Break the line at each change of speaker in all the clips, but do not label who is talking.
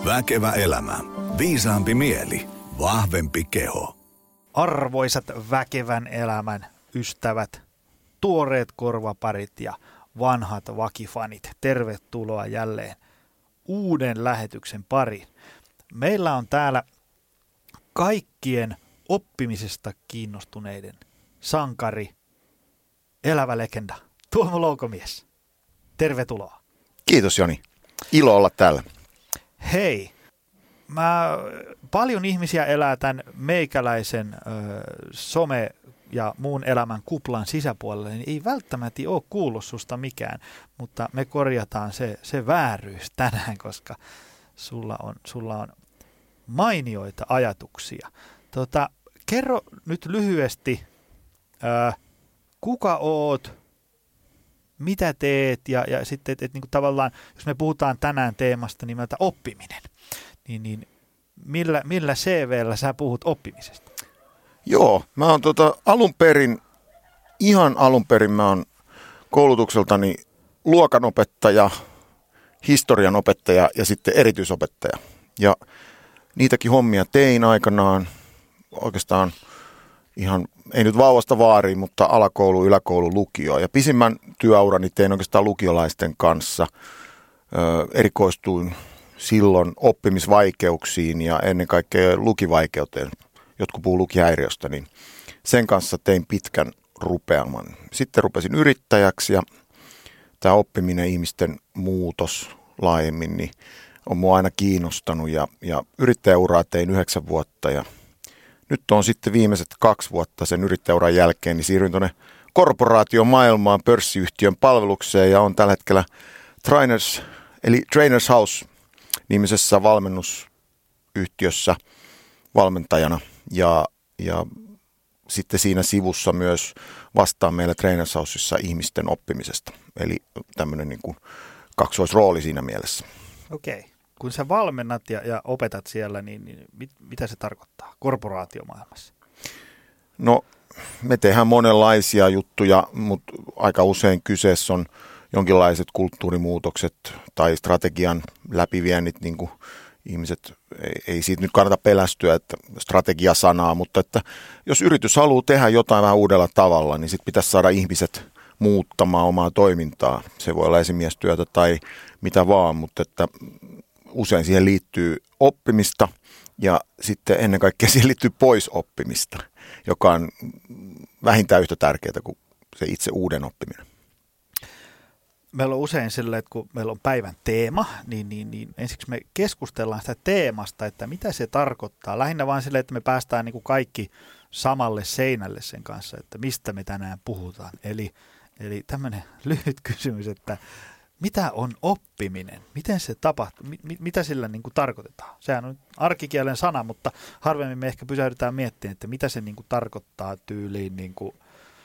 Väkevä elämä. Viisaampi mieli. Vahvempi keho.
Arvoisat väkevän elämän ystävät, tuoreet korvaparit ja vanhat vakifanit, tervetuloa jälleen uuden lähetyksen pariin. Meillä on täällä kaikkien oppimisesta kiinnostuneiden sankari, elävä legenda, Tuomo Loukomies. Tervetuloa.
Kiitos Joni. Ilo olla täällä.
Hei, paljon ihmisiä elää tämän meikäläisen some- ja muun elämän kuplan sisäpuolelle, niin ei välttämättä ole kuullut susta mikään, mutta me korjataan se vääryys tänään, koska sulla on mainioita ajatuksia. Kerro nyt lyhyesti, kuka oot, mitä teet ja sitten, että niin kuin tavallaan, jos me puhutaan tänään teemasta nimeltä oppiminen, niin millä CV:llä sä puhut oppimisesta?
Joo, mä oon alun perin mä oon koulutukseltani luokanopettaja, historianopettaja ja sitten erityisopettaja. Ja niitäkin hommia tein aikanaan oikeastaan ihan, ei nyt vauvasta vaariin, mutta alakoulu, yläkoulu, lukio. Ja pisimmän työurani tein oikeastaan lukiolaisten kanssa. Erikoistuin silloin oppimisvaikeuksiin ja ennen kaikkea lukivaikeuteen. Jotkut puhuu lukihäiriöstä, niin sen kanssa tein pitkän rupeaman. Sitten rupesin yrittäjäksi ja tämä oppiminen, ihmisten muutos laajemmin, niin on mua aina kiinnostanut. Ja yrittäjäuraa tein 9 vuotta ja nyt on sitten viimeiset 2 vuotta sen yrittäjäuran jälkeen, niin siirryin tuonne korporaatiomaailmaan, pörssiyhtiön palvelukseen ja on tällä hetkellä Trainers House-nimisessä valmennusyhtiössä valmentajana ja sitten siinä sivussa myös vastaan meillä Trainers Houseissa ihmisten oppimisesta, eli tämmöinen niin kuin kaksoisrooli siinä mielessä.
Okei. Kun sä valmennat ja opetat siellä, niin mitä se tarkoittaa korporaatiomaailmassa?
No, me tehdään monenlaisia juttuja, mutta aika usein kyseessä on jonkinlaiset kulttuurimuutokset tai strategian läpiviennit, niin kuin ihmiset, ei siitä nyt kannata pelästyä, että strategiasanaa, mutta että jos yritys haluaa tehdä jotain vähän uudella tavalla, niin sitten pitäisi saada ihmiset muuttamaan omaa toimintaa. Se voi olla esimiestyötä tai mitä vaan, mutta että usein siihen liittyy oppimista ja sitten ennen kaikkea siihen liittyy poisoppimista, joka on vähintään yhtä tärkeää kuin se itse uuden oppiminen.
Meillä on usein sillä, että kun meillä on päivän teema, niin ensiksi me keskustellaan sitä teemasta, että mitä se tarkoittaa. Lähinnä vaan sillä, että me päästään niin kuin kaikki samalle seinälle sen kanssa, että mistä me tänään puhutaan. Eli tämmöinen lyhyt kysymys, että mitä on oppiminen? Miten se tapahtuu? Mitä sillä niin kuin tarkoitetaan? Sehän on arkikielen sana, mutta harvemmin me ehkä pysähdytään miettimään, että mitä se niin kuin tarkoittaa tyyliin niin kuin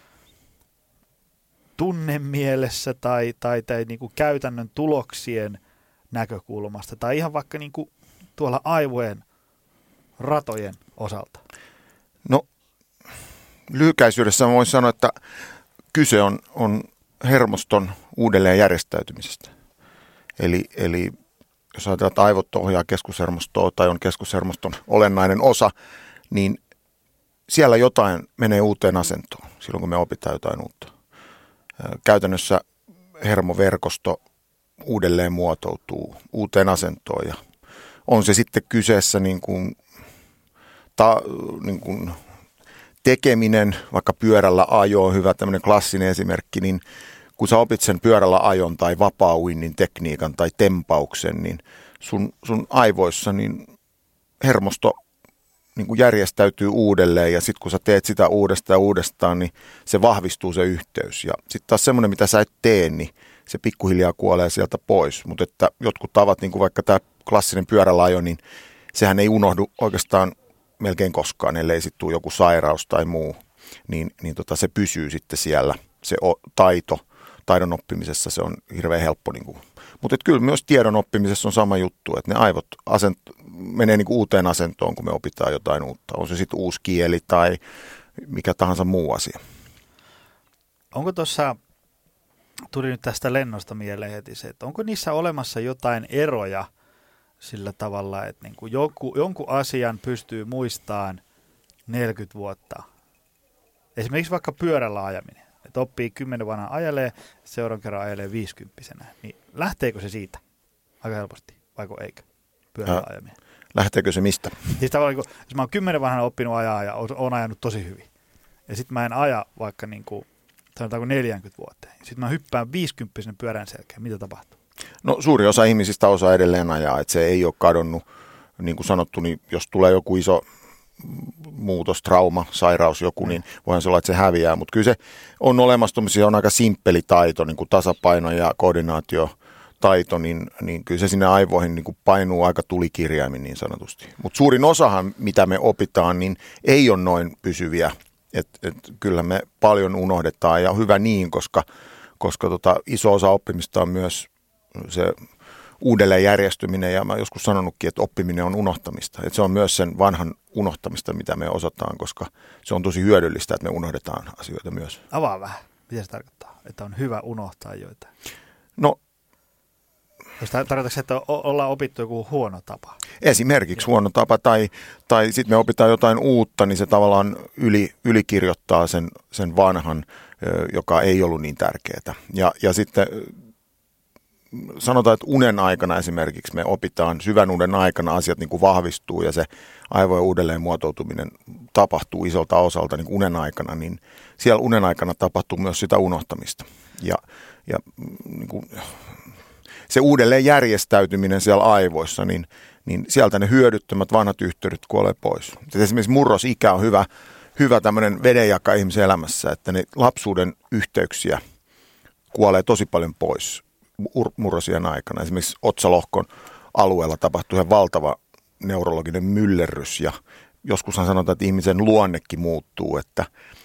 tunnemielessä tai niin kuin käytännön tuloksien näkökulmasta tai ihan vaikka niin kuin tuolla aivojen ratojen osalta.
No, lyhykäisyydessä voin sanoa, että kyse on hermoston uudelleen järjestäytymisestä. Eli jos ajatellaan, että aivot ohjaa keskushermostoa tai on keskushermoston olennainen osa, niin siellä jotain menee uuteen asentoon silloin, kun me opitaan jotain uutta. Käytännössä hermoverkosto uudelleen muotoutuu uuteen asentoon ja on se sitten kyseessä niin kuin tekeminen, vaikka pyörällä ajo on hyvä tämmöinen klassinen esimerkki, niin kun sä opit sen pyörällä ajon tai vapaa-uinnin tekniikan tai tempauksen, niin sun aivoissa niin hermosto niin kuin järjestäytyy uudelleen ja sitten kun sä teet sitä uudestaan ja uudestaan, niin se vahvistuu se yhteys. Ja sitten taas semmoinen, mitä sä et tee, niin se pikkuhiljaa kuolee sieltä pois. Mutta että jotkut tavat, niin kuin vaikka tämä klassinen pyörällä ajo, niin sehän ei unohdu oikeastaan melkein koskaan, ellei sitten tule joku sairaus tai muu, niin se pysyy sitten siellä. Se taidon oppimisessa se on hirveän helppo. Mutta kyllä myös tiedon oppimisessa on sama juttu, että ne aivot menee niin kuin uuteen asentoon, kun me opitaan jotain uutta. On se sitten uusi kieli tai mikä tahansa muu asia.
Onko tuossa, tuli nyt tästä lennosta mieleen heti se, että onko niissä olemassa jotain eroja sillä tavalla, että niin kuin jonkun asian pystyy muistamaan 40 vuotta. Esimerkiksi vaikka pyörällä ajaminen. Että oppii 10 vanhaa ajelee, seuraavan kerran ajelee 50-vuotiaana. Niin lähteekö se siitä aika helposti, vaiko eikö? Pyörällä ajaminen.
Lähteekö se mistä?
Siis tavallaan, jos mä oon 10 vanhana oppinut ajaa ja oon ajanut tosi hyvin. Ja sitten mä en aja vaikka niin kuin, sanotaanko 40 vuoteen. Sitten mä hyppään 50-vuotiaan pyörän selkään. Mitä tapahtuu?
No suuri osa ihmisistä osaa edelleen ajaa, että se ei ole kadonnut. Niin kuin sanottu, niin jos tulee joku iso muutos, trauma, sairaus joku, niin voihan se olla, että se häviää. Mutta kyllä se on olemassa, se on aika simppeli taito, niin kuin tasapaino ja koordinaatiotaito, niin kyllä se sinne aivoihin niin kuin painuu aika tulikirjaimin niin sanotusti. Mutta suurin osahan, mitä me opitaan, niin ei ole noin pysyviä. Et kyllä me paljon unohdetaan ja hyvä niin, koska iso osa oppimista on myös se uudelleen järjestyminen, ja mä joskus sanonutkin, että oppiminen on unohtamista. Että se on myös sen vanhan unohtamista, mitä me osataan, koska se on tosi hyödyllistä, että me unohdetaan asioita myös.
Avaa vähän. Mitä se tarkoittaa? Että on hyvä unohtaa joitain?
No,
jos tarkoitatko se, että ollaan opittu joku huono tapa?
Esimerkiksi huono tapa, tai sitten me opitaan jotain uutta, niin se tavallaan ylikirjoittaa sen vanhan, joka ei ollut niin tärkeää. Ja sitten sanotaan, että unen aikana esimerkiksi me opitaan, syvän unen aikana asiat niin kuin vahvistuu ja se aivojen uudelleen muotoutuminen tapahtuu isolta osalta niin kuin unen aikana, niin siellä unen aikana tapahtuu myös sitä unohtamista. Ja niin kuin se uudelleen järjestäytyminen siellä aivoissa, niin sieltä ne hyödyttömät vanhat yhteydet kuolee pois. Esimerkiksi murrosikä on hyvä tämmöinen vedenjaka ihmisen elämässä, että ne lapsuuden yhteyksiä kuolee tosi paljon pois murrosien aikana. Esimerkiksi otsalohkon alueella tapahtuu ihan valtava neurologinen myllerrys ja joskushan sanotaan, että ihmisen luonnekin muuttuu, että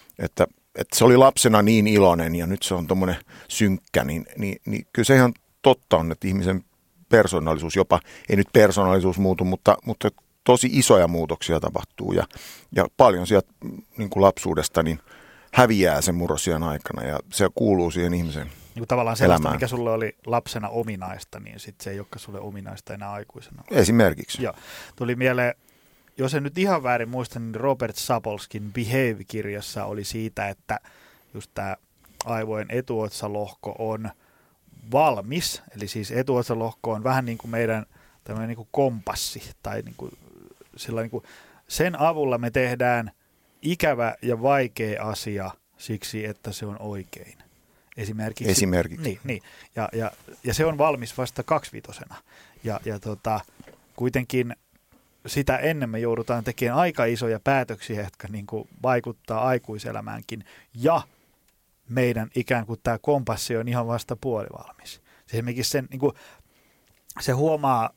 se oli lapsena niin iloinen ja nyt se on tommoinen synkkä, niin kyllä se ihan totta on, että ihmisen persoonallisuus jopa, ei nyt persoonallisuus muutu, mutta tosi isoja muutoksia tapahtuu ja paljon sieltä niin kuin lapsuudesta niin häviää sen murrosian aikana ja se kuuluu siihen ihmisen
niin tavallaan sellaista, mikä sulle oli lapsena ominaista, niin sitten se ei olekaan sulle ominaista enää aikuisena.
Esimerkiksi.
Joo. Tuli mieleen, jos en nyt ihan väärin muista, niin Robert Sapolskin Behave-kirjassa oli siitä, että just tämä aivojen etuotsalohko on valmis, eli siis etuotsalohko on vähän niin kuin meidän tämmöinen niin kuin kompassi, tai niin kuin, sillä niin kuin, sen avulla me tehdään ikävä ja vaikea asia siksi, että se on oikein. Esimerkiksi. Niin. Ja se on valmis vasta 2-vitosena. Ja kuitenkin sitä ennen me joudutaan tekemään aika isoja päätöksiä, jotka niin kuin vaikuttaa aikuiselämäänkin. Ja meidän ikään kuin tämä kompassi on ihan vasta puolivalmis. Esimerkiksi sen, niin kuin, se huomaa,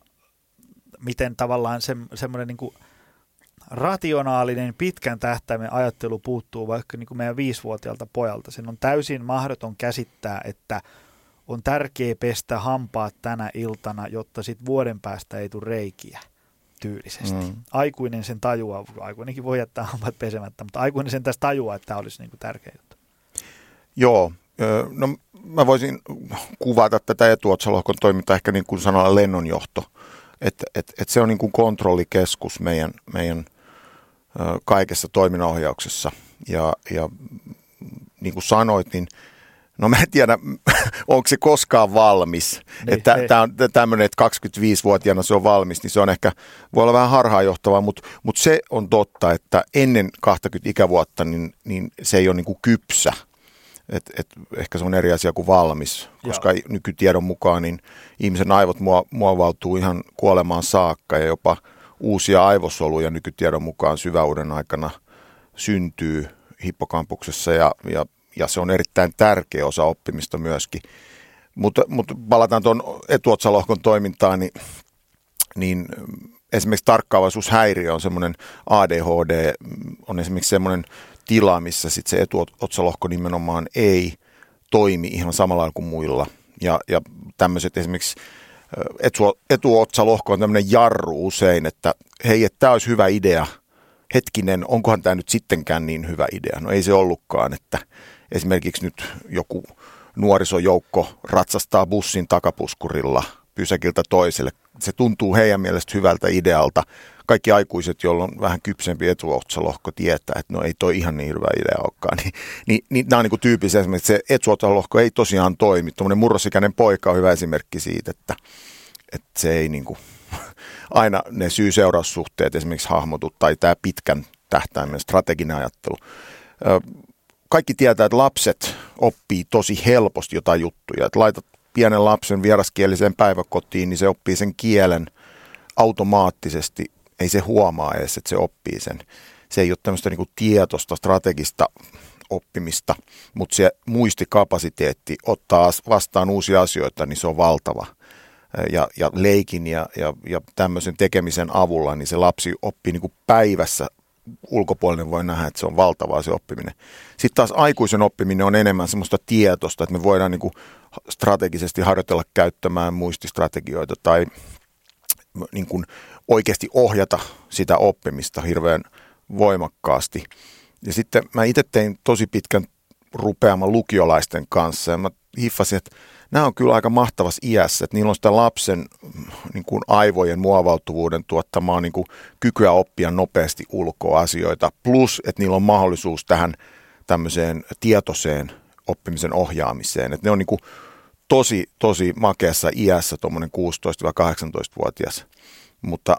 miten tavallaan semmoinen niin kuin rationaalinen pitkän tähtäimen ajattelu puuttuu vaikka niin kuin meidän 5-vuotiaalta pojalta. Sen on täysin mahdoton käsittää, että on tärkeää pestä hampaat tänä iltana, jotta sitten vuoden päästä ei tule reikiä tyylisesti. Aikuinen sen tajuaa, aikuinenkin voi jättää hampaat pesemättä, mutta aikuinen sen tässä tajuaa, että tämä olisi niin kuin tärkeä juttu.
Joo, no mä voisin kuvata tätä etuotsalohkon toimintaa ehkä niin kuin sanalla lennonjohto, että se on niin kuin kontrollikeskus meidän kaikessa toiminnanohjauksessa ja niin kuin sanoit, niin no mä en tiedä, onko se koskaan valmis. Tämä on tämmöinen, että 25-vuotiaana se on valmis, niin se on ehkä, voi olla vähän harhaanjohtavaa, mutta se on totta, että ennen 20 ikävuotta niin se ei ole niin kuin kypsä. Ehkä se on eri asia kuin valmis, koska nykytiedon mukaan niin ihmisen aivot muovautuu ihan kuolemaan saakka ja jopa uusia aivosoluja nykytiedon mukaan syväuuden aikana syntyy hippokampuksessa ja se on erittäin tärkeä osa oppimista myöskin. Mutta palataan tuon etuotsalohkon toimintaan, niin esimerkiksi tarkkaavaisuushäiriö on semmoinen ADHD, on esimerkiksi semmoinen tila, missä sitten se etuotsalohko nimenomaan ei toimi ihan samalla lailla kuin muilla. Ja tämmöiset esimerkiksi etuotsalohko on tämmöinen jarru usein, että hei, että tämä olisi hyvä idea. Hetkinen, onkohan tämä nyt sittenkään niin hyvä idea? No ei se ollutkaan, että esimerkiksi nyt joku nuorisojoukko ratsastaa bussin takapuskurilla pysäkiltä toiselle se tuntuu heidän mielestä hyvältä idealta. Kaikki aikuiset, joilla on vähän kypsempi etuotsalohko, tietää, että no ei toi ihan niin hyvä idea olekaan. Niin nämä on niin kuin tyypillisiä esimerkiksi, että se etuotsalohko ei tosiaan toimi. Tuommoinen murrosikäinen poika on hyvä esimerkki siitä, että se ei niin kuin aina ne syy-seuraussuhteet esimerkiksi hahmotu tai tämä pitkän tähtäimen strateginen ajattelu. Kaikki tietää, että lapset oppii tosi helposti jotain juttuja. Että laitat pienen lapsen vieraskieliseen päiväkotiin, niin se oppii sen kielen automaattisesti. Ei se huomaa edes, että se oppii sen. Se ei ole tämmöistä niin kuin tietoista, strategista oppimista, mutta se muistikapasiteetti ottaa vastaan uusia asioita, niin se on valtava. Ja leikin ja tämmöisen tekemisen avulla, niin se lapsi oppii niin kuin päivässä. Ulkopuolinen voi nähdä, että se on valtavaa se oppiminen. Sitten taas aikuisen oppiminen on enemmän semmoista tietosta, että me voidaan niin kuin strategisesti harjoitella käyttämään muististrategioita tai niin kuin oikeasti ohjata sitä oppimista hirveän voimakkaasti. Ja sitten mä itse tein tosi pitkän rupeaman lukiolaisten kanssa ja mä hiffasin, että nämä on kyllä aika mahtavassa iässä, että niillä on sitä lapsen niin kuin aivojen muovautuvuuden tuottamaa niin kuin kykyä oppia nopeasti ulkoa asioita, plus että niillä on mahdollisuus tähän tämmöiseen tietoiseen oppimisen ohjaamiseen. Että ne on niin kuin tosi makeassa iässä tuommoinen 16-18-vuotias, mutta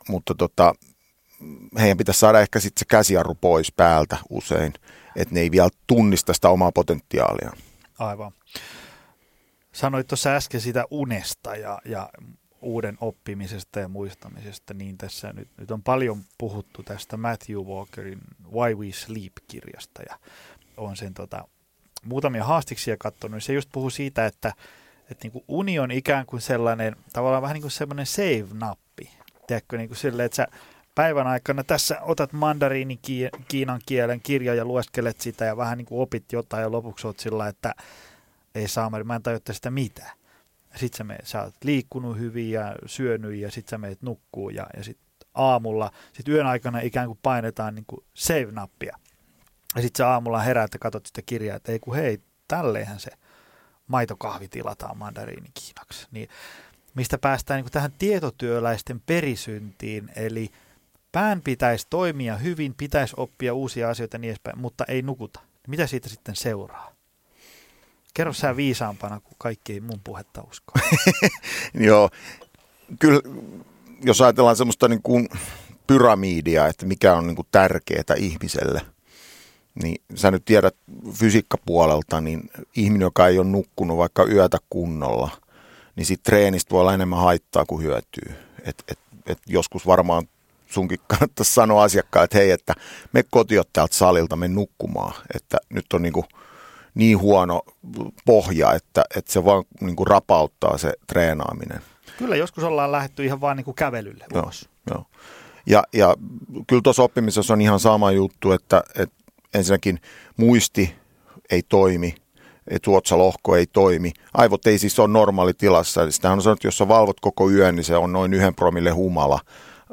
heidän pitäisi saada ehkä sitten se käsijarru pois päältä usein, että ne ei vielä tunnista sitä omaa potentiaaliaan.
Aivan. Sanoit tuossa äsken sitä unesta ja uuden oppimisesta ja muistamisesta, niin tässä nyt on paljon puhuttu tästä Matthew Walkerin Why We Sleep-kirjasta ja on sen muutamia haastiksia katsonut, niin se just puhuu siitä, että niin kuin uni on ikään kuin sellainen, tavallaan vähän niin kuin sellainen save-nappi, tiedätkö, niin kuin silleen, että sä päivän aikana tässä otat mandariini kiinan kielen kirja ja lueskelet sitä ja vähän niin kuin opit jotain ja lopuksi oot sillä, että ei saamari, mä en tajutta sitä mitään. Sitten sä oot liikkunut hyvin ja syönyt ja sitten sä meet nukkuu ja sitten aamulla, sitten yön aikana ikään kuin painetaan niin kuin save-nappia. Ja sitten sä aamulla heräät ja katsot sitä kirjaa, että ei kun hei, tälleenhän se maitokahvi tilataan mandariinikiinaksi. Niin mistä päästään niin kuin tähän tietotyöläisten perisyntiin, eli pään pitäisi toimia hyvin, pitäisi oppia uusia asioita niin edespäin, mutta ei nukuta. Mitä siitä sitten seuraa? Kerro sä viisaampana, kun kaikki ei mun puhetta usko.
Joo, kyllä jos ajatellaan semmoista niin kuin pyramidia, että mikä on niin kuin tärkeää ihmiselle, niin sä nyt tiedät fysiikkapuolelta, niin ihminen, joka ei ole nukkunut vaikka yötä kunnolla, niin siitä treenistä voi olla enemmän haittaa kuin hyötyy. Et joskus varmaan sunkin kannattaisi sanoa asiakkaalle, että hei, että me kotiot täältä salilta, me nukkumaan, että nyt on niin huono pohja, että se vaan niin kuin rapauttaa se treenaaminen.
Kyllä, joskus ollaan lähdetty ihan vaan niin kuin kävelylle ulos.
Joo. Ja kyllä tuossa oppimisessa on ihan sama juttu, että ensinnäkin muisti ei toimi, etuotsalohko ei toimi. Aivot ei siis ole normaalitilassa. Sitähän on sanottu, että jos sä valvot koko yön, niin se on noin 1 promille humala.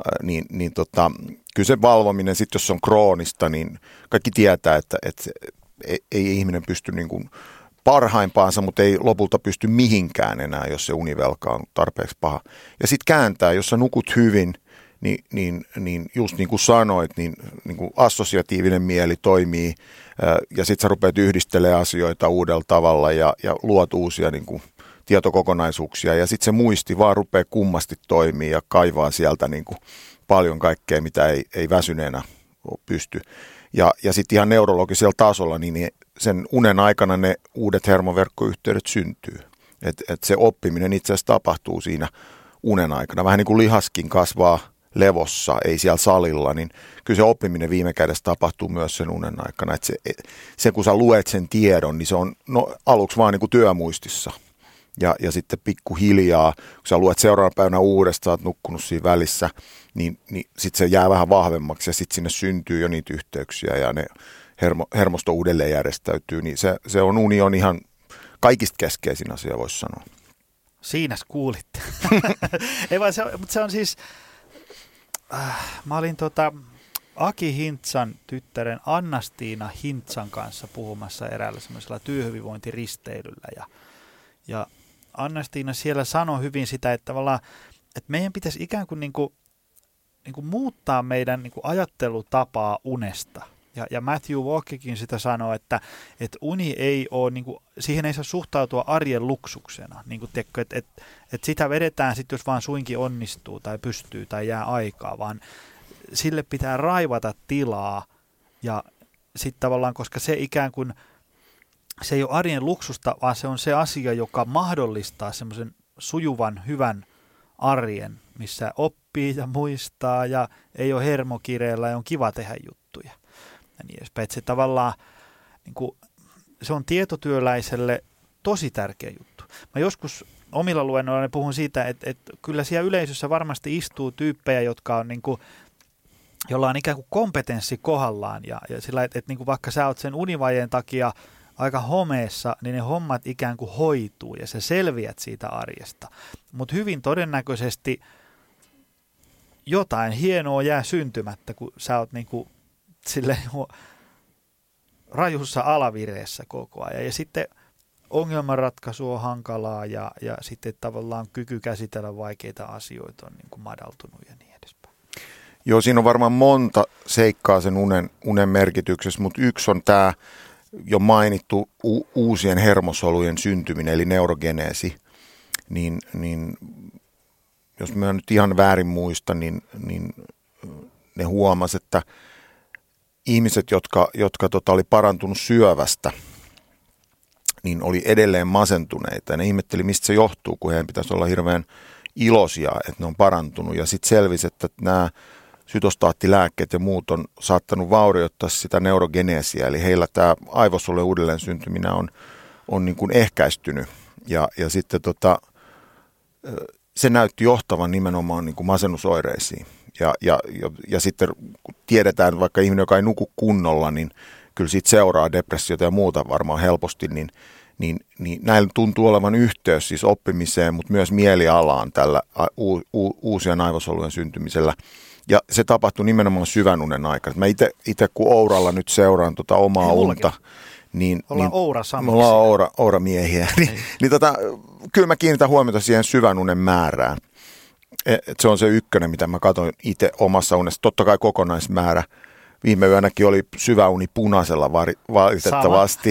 Kyllä se valvominen, sitten jos se on kroonista, niin kaikki tietää, että ei ihminen pysty niin kuin parhaimpaansa, mutta ei lopulta pysty mihinkään enää, jos se univelka on tarpeeksi paha. Ja sitten kääntää, jos sä nukut hyvin, niin just niin kuin sanoit, niin kuin assosiatiivinen mieli toimii ja sitten sä rupeat yhdistelemään asioita uudella tavalla ja luot uusia niin kuin tietokokonaisuuksia ja sitten se muisti vaan rupeaa kummasti toimii ja kaivaa sieltä niin kuin paljon kaikkea, mitä ei väsyneenä pysty. Ja sitten ihan neurologisella tasolla, niin sen unen aikana ne uudet hermoverkkoyhteydet syntyy. Et se oppiminen itse asiassa tapahtuu siinä unen aikana. Vähän niin kuin lihaskin kasvaa levossa, ei siellä salilla, niin kyllä se oppiminen viime kädessä tapahtuu myös sen unen aikana. Et se kun sä luet sen tiedon, niin se on aluksi vaan niin kuin työmuistissa. Ja sitten pikkuhiljaa, kun sä luet seuraavana päivänä uudestaan, sä oot nukkunut siinä välissä, niin sitten se jää vähän vahvemmaksi ja sitten sinne syntyy jo niitä yhteyksiä ja ne hermosto uudelleen järjestäytyy. Niin se uni on ihan kaikista keskeisin asia, voisi sanoa.
Siinäs kuulitte. Ei vaan mutta se on siis, mä olin Aki Hintsan tyttären Anna-Stiina Hintsan kanssa puhumassa eräällä semmoisella työhyvinvointiristeilyllä ja Anna-Stiina siellä sanoi hyvin sitä, että tavallaan, että meidän pitäisi ikään kuin, niin kuin muuttaa meidän niin kuin ajattelutapaa unesta. Ja Matthew Walkekin sitä sanoo, että uni ei ole, niin kuin, siihen ei saa suhtautua arjen luksuksena. Niin kuin että sitä vedetään sitten, jos vaan suinkin onnistuu tai pystyy tai jää aikaa, vaan sille pitää raivata tilaa. Ja sitten tavallaan, koska se ikään kuin, se ei ole arjen luksusta, vaan se on se asia, joka mahdollistaa semmoisen sujuvan, hyvän arjen, missä oppii ja muistaa ja ei ole hermokireellä ja on kiva tehdä juttuja. Ja niin edespäin. Että se tavallaan, niin kuin, se on tietotyöläiselle tosi tärkeä juttu. Mä joskus omilla luennoilla puhun siitä, että kyllä siellä yleisössä varmasti istuu tyyppejä, jotka on niin kuin, jolla on ikään kuin kompetenssi kohdallaan ja sillä, että niin kuin vaikka sä oot sen univajeen takia aika homeessa, niin ne hommat ikään kuin hoituu ja sä selviät siitä arjesta. Mutta hyvin todennäköisesti jotain hienoa jää syntymättä, kun sä oot niin kuin silleen rajussa alavireessä koko ajan. Ja sitten ongelmanratkaisu on hankalaa ja sitten tavallaan kyky käsitellä vaikeita asioita on niin kuin madaltunut ja niin edespäin.
Joo, siinä on varmaan monta seikkaa sen unen merkityksessä, mutta yksi on tämä jo mainittu uusien hermosolujen syntyminen, eli neurogeneesi. Niin jos mä nyt ihan väärin muista, niin ne huomasi, että ihmiset, jotka oli parantunut syövästä, niin oli edelleen masentuneita. Ja ne ihmetteli, mistä se johtuu, kun heidän pitäisi olla hirveän iloisia, että ne on parantunut. Ja sitten selvisi, että nämä sytostaattilääkkeet ja muut on saattanut vaurioittaa sitä neurogeneesiä. Eli heillä tämä aivosolujen uudelleen syntyminen on niin kuin ehkäistynyt. Ja sitten se näytti johtavan nimenomaan niin kuin masennusoireisiin. Ja sitten kun tiedetään, vaikka ihminen, joka ei nuku kunnolla, niin kyllä siitä seuraa depressiota ja muuta varmaan helposti, niin näillä tuntuu olevan yhteys siis oppimiseen, mutta myös mielialaan tällä uusien aivosolujen syntymisellä. Ja se tapahtui nimenomaan syvän unen aikana. Mä itse kun Ouralla nyt seuraan omaa unta, niin
ollaan Oura-samassa.
Me ollaan Oura-miehiä. Kyllä mä kiinnitän huomiota siihen syvän unen määrään. Se on se ykkönen, mitä mä katson itse omassa unessa. Totta kai kokonaismäärä. Viime yönäkin oli syvä uni punaisella valitettavasti.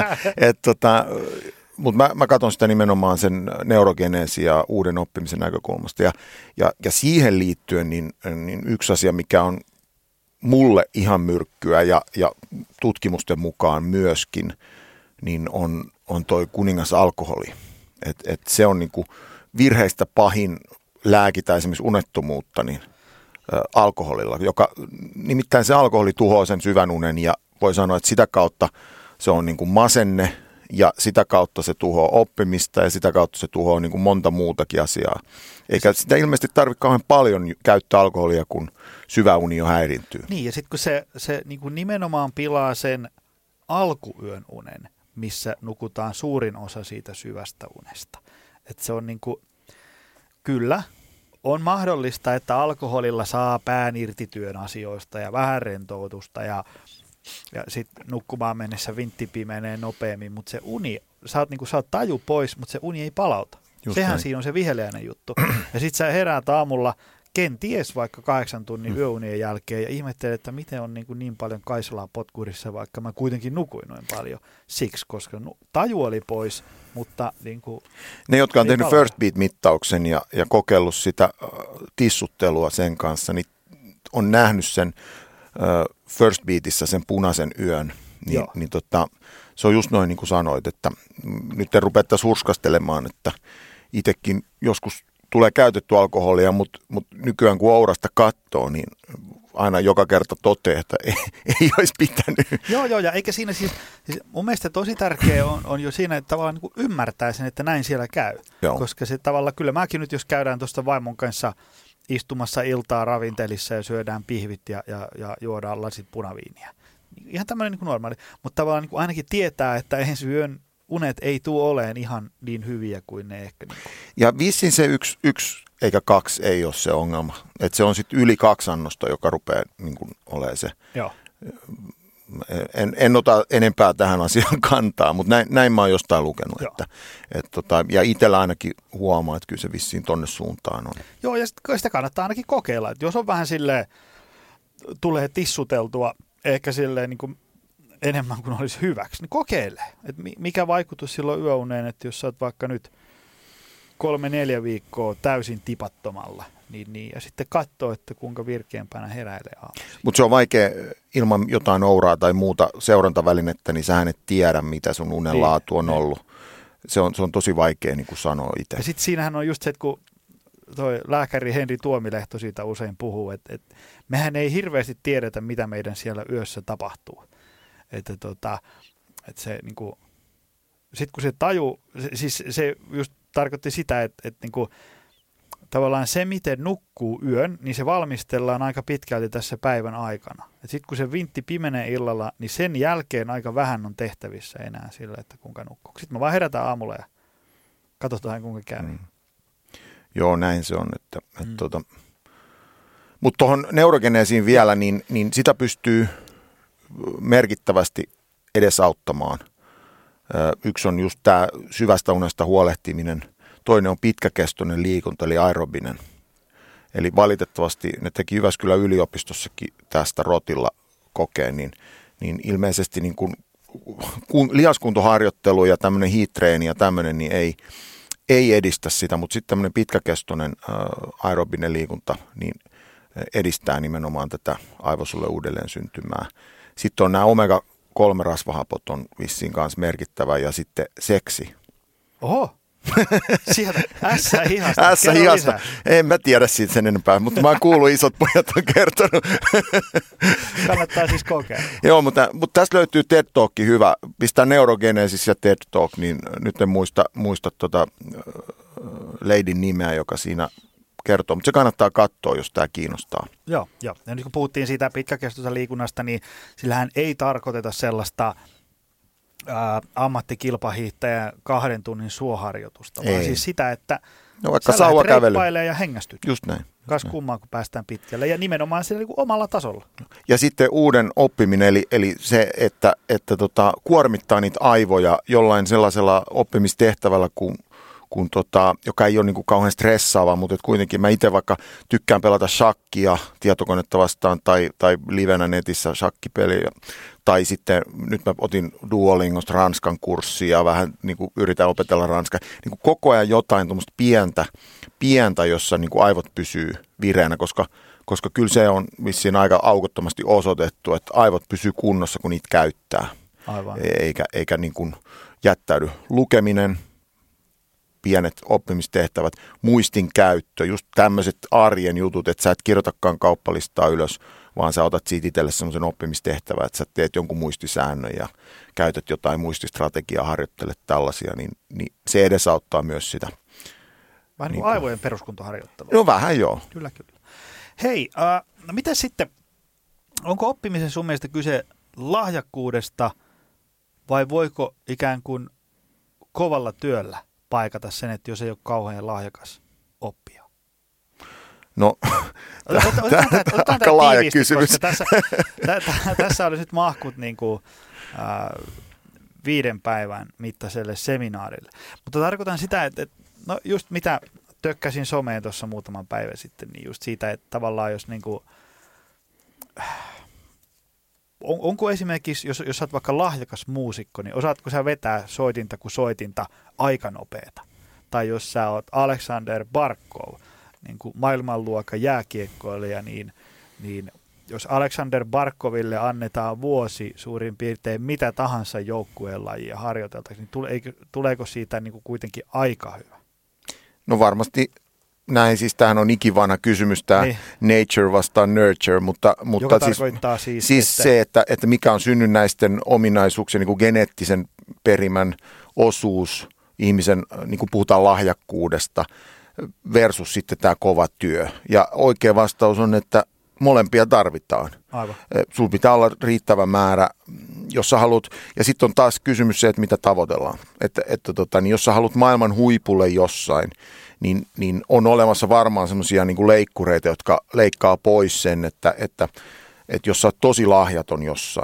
Mutta mä katson sitä nimenomaan sen neurogeneesi ja uuden oppimisen näkökulmasta. Ja siihen liittyen niin yksi asia, mikä on mulle ihan myrkkyä ja tutkimusten mukaan myöskin, niin on toi kuningas alkoholi. Et se on niinku virheistä pahin lääkitä esimerkiksi unettomuutta niin alkoholilla, nimittäin se alkoholi tuhoaa sen syvän unen ja voi sanoa, että sitä kautta se on niin kuin masenne ja sitä kautta se tuhoaa oppimista ja sitä kautta se tuhoaa niin kuin monta muutakin asiaa. Eikä sitä ilmeisesti tarvitse kauhean paljon käyttää alkoholia, kun syvä uni jo häiriintyy.
Niin ja sitten kun se niin kuin nimenomaan pilaa sen alkuyön unen, missä nukutaan suurin osa siitä syvästä unesta. Että se on niin kuin, kyllä, on mahdollista, että alkoholilla saa pään irti työn asioista ja vähän rentoutusta ja sitten nukkumaan mennessä vintti pimenee nopeammin, mutta se uni, sä oot taju pois, mutta se uni ei palauta. Just sehän näin. Siinä on se viheliäinen juttu. Ja sitten sä heräät aamulla kenties vaikka 8 tunnin yöunien jälkeen ja ihmettelet, että miten on niin paljon kaisalaa potkurissa, vaikka mä kuitenkin nukuin noin paljon siksi, koska taju oli pois, mutta niin kuin
ne, jotka on tehnyt First Beat-mittauksen ja kokeillut sitä tissuttelua sen kanssa, niin on nähnyt sen First Beatissä sen punaisen yön. Se on just noin niin kuin sanoit, että nyt te rupeattaisiin hurskastelemaan, että itsekin joskus tulee käytetty alkoholia, mutta nykyään kun Ourasta katsoo, niin aina joka kerta toteaa, että ei olisi pitänyt.
Joo, ja eikä siinä siis mun mielestä tosi tärkeä on jo siinä, että tavallaan niin kuin ymmärtää sen, että näin siellä käy. Joo. Koska se tavallaan, kyllä mäkin nyt, jos käydään tuosta vaimon kanssa istumassa iltaa ravintelissa ja syödään pihvit ja juodaan lasit punaviiniä. Ihan tämmöinen niin kuin normaali, mutta tavallaan niin kuin ainakin tietää, että ensi yön unet ei tule oleen ihan niin hyviä kuin ne ehkä. Niin kuin.
Ja vissiin se yksi eikä 2 ei ole se ongelma. Että se on sitten yli 2 annosta, joka rupeaa niin kuin olemaan se En ota enempää tähän asiaan kantaa, mutta näin mä oon jostain lukenut. Ja itsellä ainakin huomaa, että kyllä se vissiin tonne suuntaan on.
Joo, ja sitä kannattaa ainakin kokeilla. Että jos on vähän silleen, tulee tissuteltua ehkä silleen niin kuin enemmän kuin olisi hyväksi, niin kokeile. Että mikä vaikutus silloin yöuneen, että jos sä oot vaikka nyt 3-4 viikkoa täysin tipattomalla, niin, ja sitten katsoo, että kuinka virkeämpänä heräilee aamuisin.
Mutta se on vaikea ilman jotain nouraa tai muuta seurantavälinettä, niin sähän et tiedä, mitä sun unen laatu on ollut. Se on tosi vaikea niin kuin sanoa itse.
Ja sitten siinähän on just se, että kun toi lääkäri Henri Tuomilehto siitä usein puhuu, että mehän ei hirveästi tiedetä, mitä meidän siellä yössä tapahtuu. Että se niinku, sit kun se taju, siis se just tarkoitti sitä, että niinku, tavallaan se, miten nukkuu yön, niin se valmistellaan aika pitkälti tässä päivän aikana. Sitten kun se vintti pimenee illalla, niin sen jälkeen aika vähän on tehtävissä enää sillä, että kuinka nukkuu. Sitten me vaan herätään aamulla ja katsotaan, kuinka käy.
Joo, näin se on. Mutta tuohon neurogeneesiin vielä, niin sitä pystyy merkittävästi edesauttamaan. Yksi on just tämä syvästä unesta huolehtiminen. Toinen on pitkäkestoinen liikunta, eli aerobinen. Eli valitettavasti ne teki Jyväskylän yliopistossakin tästä rotilla kokeen, niin ilmeisesti niin kun lihaskuntoharjoittelu ja tämmöinen heat-treeni ja tämmöinen niin ei edistä sitä, mutta sitten tämmöinen pitkäkestoinen aerobinen liikunta niin edistää nimenomaan tätä aivosolujen uudelleen syntymää. Sitten on nämä omega-3-rasvahapot on vissiin kanssa merkittävä ja sitten seksi.
Oho! Sieltä S-hihasta.
S-hihasta. En mä tiedä siitä sen enempää, mutta mä oon kuullut, isot pojat on kertonut.
Kannattaa siis kokeilla.
Joo, mutta tässä löytyy TED Talk hyvä. Pistää Neurogenesis ja TED Talk, niin nyt en muista Ladyn nimeä, joka siinä kertoo. Mutta se kannattaa katsoa, jos tämä kiinnostaa.
Joo. Ja nyt kun puhuttiin siitä pitkäkestoisesta liikunnasta, niin sillähän ei tarkoiteta sellaista ammattikilpahiihtäjän 2 tunnin suoharjoitusta, vaan siis sitä, että
vaikka
sä lähdet reippailemaan ja hengästyt.
Just näin.
Kas kummaa, kun päästään pitkälle. Ja nimenomaan siellä niin omalla tasolla.
Ja sitten uuden oppiminen, eli se, että kuormittaa niitä aivoja jollain sellaisella oppimistehtävällä, joka ei ole niin kuin kauhean stressaava, mutta kuitenkin mä itse vaikka tykkään pelata shakkia tietokonetta vastaan tai livenä netissä shakkipeliä. Tai sitten nyt mä otin Duolingosta Ranskan kurssia ja vähän niin kuin yritän opetella ranskaa. Niin kuin koko ajan jotain tuommoista pientä, jossa niin kuin aivot pysyy vireänä, koska kyllä se on vissiin aika aukottomasti osoitettu, että aivot pysyy kunnossa, kun niitä käyttää.
Aivan.
Eikä niin kuin jättäydy lukeminen, pienet oppimistehtävät, muistin käyttö, just tämmöiset arjen jutut, että sä et kirjoitakaan kauppalistaa ylös, vaan sä otat siitä itselle semmoisen oppimistehtävän, että sä teet jonkun muistisäännön ja käytät jotain muististrategiaa, harjoittelet tällaisia, niin se edesauttaa myös sitä.
Vähän niin kuin aivojen peruskuntoharjoittelua.
No vähän joo.
Kyllä. Hei, no miten sitten, onko oppimisen sun mielestä kyse lahjakkuudesta vai voiko ikään kuin kovalla työllä paikata sen, että jos ei ole kauhean lahjakas oppija?
No,
otetaan
aika laaja kysymys.
Tässä oli nyt mahkut niin kuin, 5 päivän mittaiselle seminaarille. Mutta tarkoitan sitä, että no just mitä tökkäsin someen tuossa muutaman päivän sitten, niin just siitä, että tavallaan jos niin kuin, onko esimerkiksi, jos sä oot vaikka lahjakas muusikko, niin osaatko sä vetää soitinta kuin soitinta aika nopeeta? Tai jos sä oot Alexander Barkov, niin kuin maailmanluokan jääkiekkoilija, niin jos Alexander Barkoville annetaan vuosi suurin piirtein mitä tahansa joukkueen lajia harjoiteltaisiin, niin tuleeko siitä niin kuin kuitenkin aika hyvä?
No varmasti näin, siis tämähän on ikivanha kysymys, tämä nature vastaan nurture, mutta
joka tarkoittaa siis
se, että mikä on synnynnäisten ominaisuuksien niin kuin geneettisen perimän osuus ihmisen, niin kuin puhutaan lahjakkuudesta, versus sitten tämä kova työ. Ja oikea vastaus on, että molempia tarvitaan.
Aivan.
Sulla pitää olla riittävä määrä, jos sä haluat, ja sitten on taas kysymys se, että mitä tavoitellaan. Niin jos sä haluat maailman huipulle jossain, niin on olemassa varmaan semmoisia niin kuin leikkureita, jotka leikkaa pois sen, että jos sä oot tosi lahjaton jossain,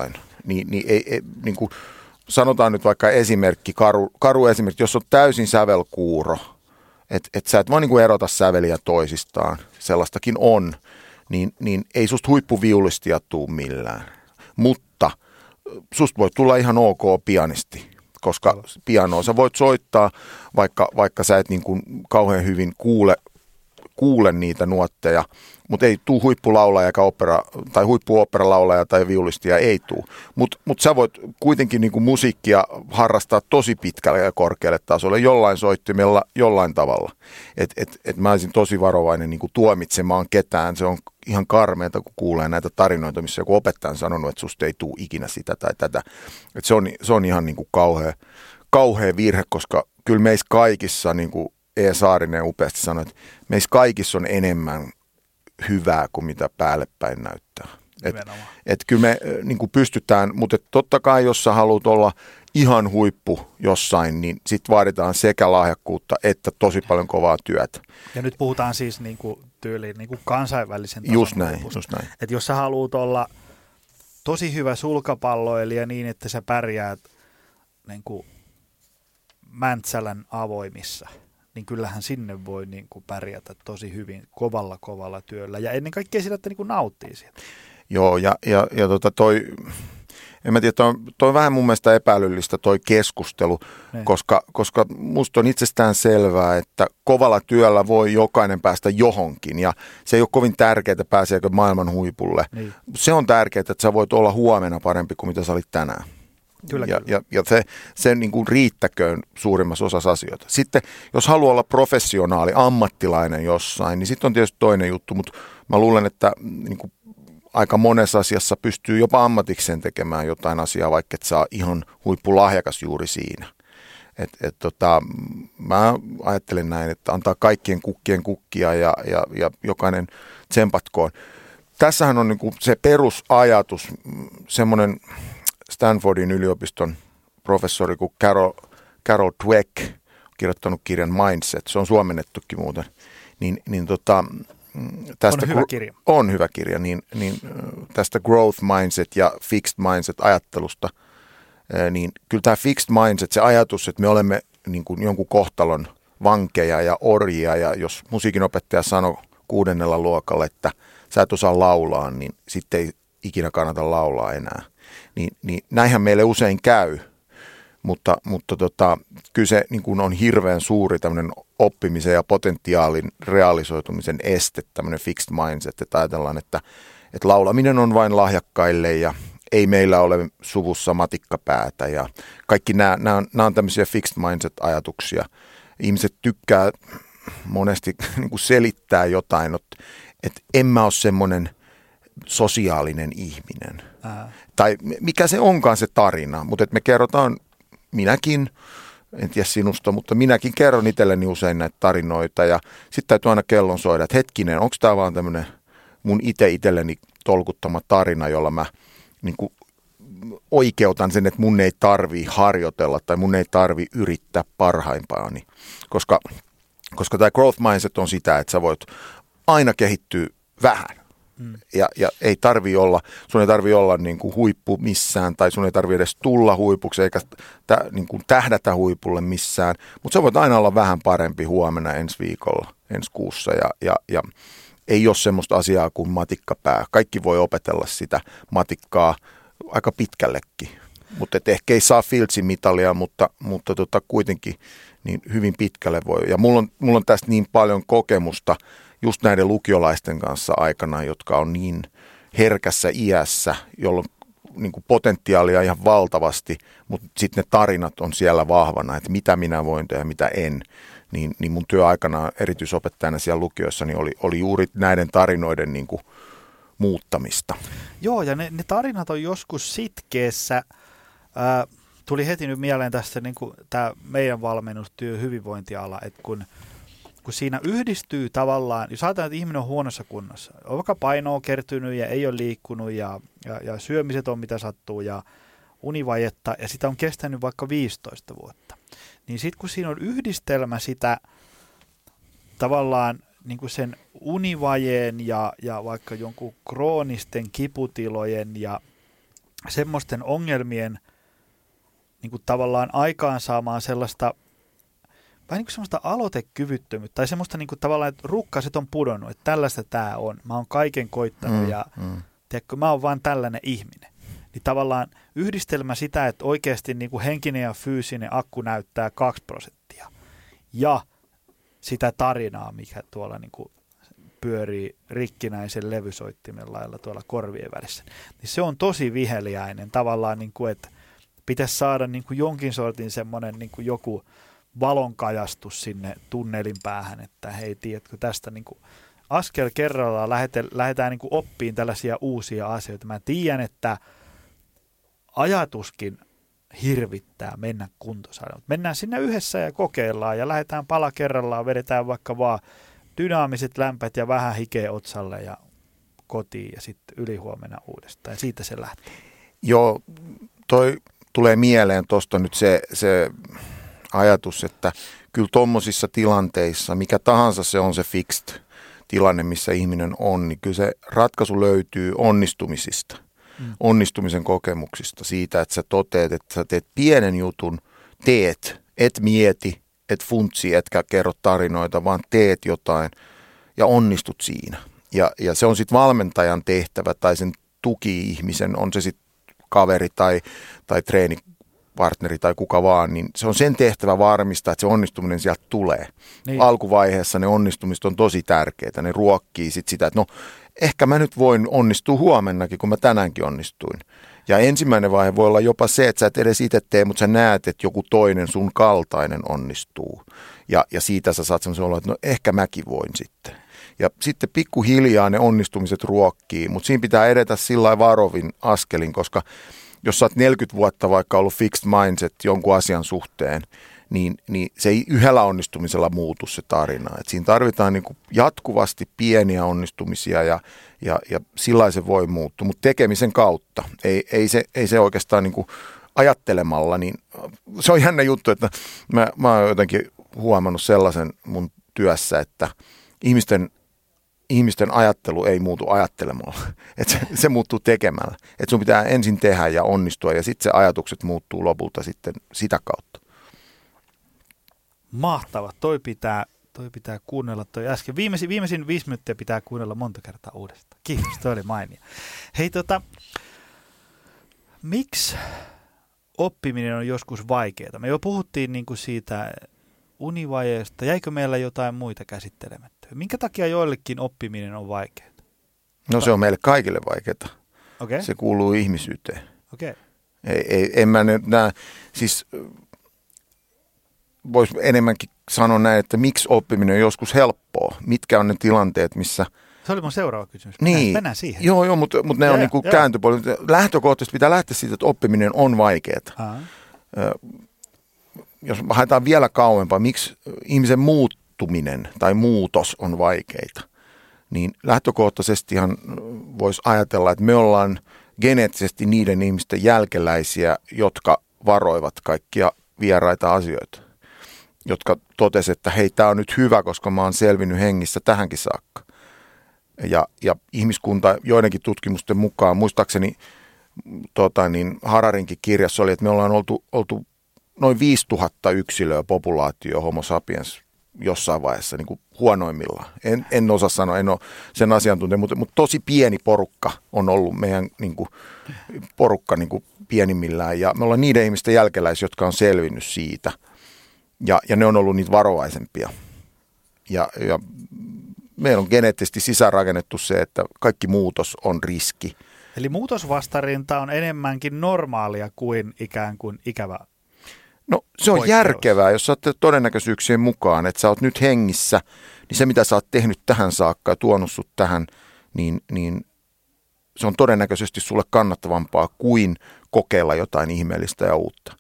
niin, ei niin kuin sanotaan nyt vaikka esimerkki, karu esimerkki, jos on täysin sävelkuuro, että sä et vaan niin kuin erota säveliä toisistaan, sellaistakin on, niin ei susta huippuviulistia tuu millään. Mutta susta voi tulla ihan ok pianisti, koska pianoa sä voit soittaa, vaikka sä et niin kuin kauhean hyvin kuule niitä nuotteja, mutta ei tule huippulaulaja tai huippuoopperalaulaja tai viulistia ei tule. Mutta sä voit kuitenkin niin kuin musiikkia harrastaa tosi pitkälle ja korkealle tasolle jollain soittimella, jollain tavalla. Et mä olisin tosi varovainen niin kuin tuomitsemaan ketään. Se on ihan karmeata, kun kuulee näitä tarinoita, missä joku opettaja on sanonut, että susta ei tule ikinä sitä tai tätä. Et se on ihan niin kuin kauhea virhe, koska kyllä meissä kaikissa, niin kuin E. Saarinen upeasti sanoi, että meissä kaikissa on enemmän hyvää kuin mitä päälle päin näyttää. Et kyllä me niin kuin pystytään, mutta totta kai jos sä haluat olla ihan huippu jossain, niin sit vaaditaan sekä lahjakkuutta että tosi paljon kovaa työtä.
Ja nyt puhutaan siis tyyliin kansainvälisen tason
just näin.
Että jos sä haluat olla tosi hyvä sulkapalloilija niin, että sä pärjäät niin kuin Mäntsälän avoimissa, niin kyllähän sinne voi niin kuin pärjätä tosi hyvin kovalla työllä. Ja ennen kaikkea sillä, että niin kuin nauttii siitä.
Joo, ja en mä tiedä, toi on vähän mun mielestä epäilyllistä toi keskustelu, koska musta on itsestään selvää, että kovalla työllä voi jokainen päästä johonkin. Ja se ei ole kovin tärkeää, pääseekö maailman huipulle. Niin. Se on tärkeää, että sä voit olla huomenna parempi kuin mitä sä olit tänään.
Kyllä.
Ja se niin kuin riittäköön suurimmassa osassa asioita. Sitten jos haluaa olla professionaali, ammattilainen jossain, niin sitten on tietysti toinen juttu, mutta mä luulen, että niin kuin aika monessa asiassa pystyy jopa ammatikseen tekemään jotain asiaa, vaikka et saa ihan huippulahjakas juuri siinä. Mä ajattelen näin, että antaa kaikkien kukkien kukkia ja jokainen tsempatkoon. Tässähän on niin kuin se perusajatus, semmoinen Stanfordin yliopiston professori kuin Carol Dweck, kirjoittanut kirjan Mindset, se on suomennettukin muuten, tästä
on hyvä kirja.
On hyvä kirja, niin tästä growth mindset ja fixed mindset ajattelusta, niin kyllä tämä fixed mindset, se ajatus, että me olemme niin kuin jonkun kohtalon vankeja ja orjia, ja jos musiikinopettaja sanoi 6. luokalla, että sä et osaa laulaa, niin sitten ei ikinä kannata laulaa enää. Niin näinhän meille usein käy, mutta kyllä se niin kuin on hirveän suuri tämmöinen oppimisen ja potentiaalin realisoitumisen este, tämmöinen fixed mindset, että ajatellaan, että laulaminen on vain lahjakkaille ja ei meillä ole suvussa matikkapäätä ja kaikki nämä on tämmöisiä fixed mindset-ajatuksia. Ihmiset tykkää monesti niin kuin selittää jotain, että en mä ole semmoinen sosiaalinen ihminen. Tai mikä se onkaan se tarina, mutta että me kerrotaan, minäkin, en tiedä sinusta, mutta minäkin kerron itselleni usein näitä tarinoita ja sitten täytyy aina kellon soida, että hetkinen, onko tämä vaan tämmöinen mun itselleni tolkuttama tarina, jolla mä niin kuin oikeutan sen, että mun ei tarvii harjoitella tai mun ei tarvii yrittää parhaimpaani, koska tämä growth mindset on sitä, että sä voit aina kehittyä vähän. Ja ei sun ei tarvii olla niin kuin huippu missään, tai sun ei tarvii edes tulla huipuksi, eikä niin kuin tähdätä huipulle missään, mutta sä voit aina olla vähän parempi huomenna, ensi viikolla, ensi kuussa, ja ei ole semmoista asiaa kuin matikkapää. Kaikki voi opetella sitä matikkaa aika pitkällekin, mutta ehkä ei saa Fieldsin mitalia, mutta kuitenkin niin hyvin pitkälle voi. Ja mulla on tästä niin paljon kokemusta, just näiden lukiolaisten kanssa aikana, jotka on niin herkässä iässä, jolloin niin kuin potentiaalia ihan valtavasti, mutta sitten ne tarinat on siellä vahvana, että mitä minä voin tehdä ja mitä en. Niin mun työaikana erityisopettajana siellä lukioissa niin oli juuri näiden tarinoiden niin kuin muuttamista. Joo,
ja ne tarinat on joskus sitkeässä. Tuli heti nyt mieleen tästä niin kuin tämä meidän valmennustyö hyvinvointiala, että kun siinä yhdistyy tavallaan, jos ajatellaan, että ihminen on huonossa kunnossa, on vaikka paino on kertynyt ja ei ole liikkunut ja syömiset on mitä sattuu ja univajetta ja sitä on kestänyt vaikka 15 vuotta, niin sitten kun siinä on yhdistelmä sitä tavallaan niin kuin sen univajeen ja vaikka jonkun kroonisten kiputilojen ja semmoisten ongelmien niin kuin tavallaan aikaansaamaan sellaista, vähän niin kuin semmoista aloitekyvyttömyyttä, tai semmoista niin kuin tavallaan, että rukkaset on pudonnut, että tällaista tämä on. Mä oon kaiken koittanut ja tiedätkö, mä oon vaan tällainen ihminen. Niin tavallaan yhdistelmä sitä, että oikeasti niin kuin henkinen ja fyysinen akku näyttää 2%. Ja sitä tarinaa, mikä tuolla niin kuin pyörii rikkinäisen levysoittimen lailla tuolla korvien välissä. Niin se on tosi viheliäinen tavallaan, niin kuin, että pitäisi saada niin kuin jonkin sortin semmoinen niin kuin joku valonkajastus sinne tunnelin päähän, että hei, tiedätkö, tästä niin kuin askel kerrallaan lähdetään niin kuin oppimaan tällaisia uusia asioita. Mä tiedän, että ajatuskin hirvittää mennä kuntosaliin. Mennään sinne yhdessä ja kokeillaan ja lähdetään pala kerrallaan, vedetään vaikka vaan dynaamiset lämpät ja vähän hikeä otsalle ja kotiin ja sitten ylihuomenna uudestaan. Ja siitä se lähtee.
Joo, toi tulee mieleen tuosta nyt se ajatus, että kyllä tuommoisissa tilanteissa, mikä tahansa se on se fixed tilanne, missä ihminen on, niin kyllä se ratkaisu löytyy onnistumisista, onnistumisen kokemuksista, siitä, että sä toteat, että sä teet pienen jutun, et mieti, et funtsi, etkä kerro tarinoita, vaan teet jotain ja onnistut siinä. Ja se on sitten valmentajan tehtävä tai sen tuki-ihmisen, on se sitten kaveri tai treenipartneri tai kuka vaan, niin se on sen tehtävä varmistaa, että se onnistuminen sieltä tulee. Niin. Alkuvaiheessa ne onnistumiset on tosi tärkeitä, ne ruokkii sit sitä, että no ehkä mä nyt voin onnistua huomennakin, kun mä tänäänkin onnistuin. Ja ensimmäinen vaihe voi olla jopa se, että sä et edes itse tee, mutta sä näet, että joku toinen sun kaltainen onnistuu. Ja siitä sä saat semmoisen olla, että no ehkä mäkin voin sitten. Ja sitten pikkuhiljaa ne onnistumiset ruokkii, mutta siinä pitää edetä sillä varovin askelin, koska jos sä oot 40 vuotta vaikka ollut fixed mindset jonkun asian suhteen, niin se ei yhdellä onnistumisella muutu se tarina. Et siinä tarvitaan niin kuin jatkuvasti pieniä onnistumisia ja sillä se voi muuttua, mutta tekemisen kautta. Ei se oikeastaan niin kuin ajattelemalla, niin se on jännä juttu, että mä oon jotenkin huomannut sellaisen mun työssä, että ihmisten ajattelu ei muutu ajattelemalla, että se muuttuu tekemällä. Että sun pitää ensin tehdä ja onnistua ja sitten se ajatukset muuttuu lopulta sitten sitä kautta.
Mahtava. Toi pitää kuunnella toi äsken. Viimeisin 5 minuuttia pitää kuunnella monta kertaa uudestaan. Kiitos, toi oli mainio. Hei miksi oppiminen on joskus vaikeaa? Me jo puhuttiin niin kuin siitä univajeesta. Jäikö meillä jotain muita käsittelemättä? Minkä takia joillekin oppiminen on vaikeaa?
No se on meille kaikille vaikeaa.
Okay.
Se kuuluu ihmisyyteen.
Okay.
En mä nyt siis voisi enemmänkin sanoa näin, että miksi oppiminen on joskus helppoa. Mitkä on ne tilanteet, missä...
Se oli mun seuraava kysymys.
Niin.
Mennään siihen.
Joo, mutta ne on niinku kääntöpuolet. Lähtökohtaisesti pitää lähteä siitä, että oppiminen on vaikeaa. Jos haetaan vielä kauempaa, miksi ihmisen muuttuminen tai muutos on vaikeita, niin lähtökohtaisestihan voisi ajatella, että me ollaan geneettisesti niiden ihmisten jälkeläisiä, jotka varoivat kaikkia vieraita asioita, jotka totesivat, että hei, tämä on nyt hyvä, koska mä oon selvinnyt hengissä tähänkin saakka. Ja ihmiskunta joidenkin tutkimusten mukaan, muistaakseni Hararinkin kirjassa oli, että me ollaan oltu noin 5000 yksilöä populaatio Homo sapiens jossain vaiheessa niin kuin huonoimmillaan. En osaa sanoa, en ole sen asiantuntija, mutta tosi pieni porukka on ollut meidän niin kuin, porukka niin kuin pienimmillään. Ja me ollaan niiden ihmisten jälkeläisiä, jotka on selvinnyt siitä. Ja ne on ollut niitä varovaisempia. Ja meillä on geneettisesti sisäänrakennettu se, että kaikki muutos on riski.
Eli muutosvastarinta on enemmänkin normaalia kuin ikään kuin ikävä.
No se on järkevää, jos sä oot todennäköisyyksien mukaan, että sä oot nyt hengissä, niin se mitä sä oot tehnyt tähän saakka ja tuonut sut tähän, niin se on todennäköisesti sulle kannattavampaa kuin kokeilla jotain ihmeellistä ja uutta.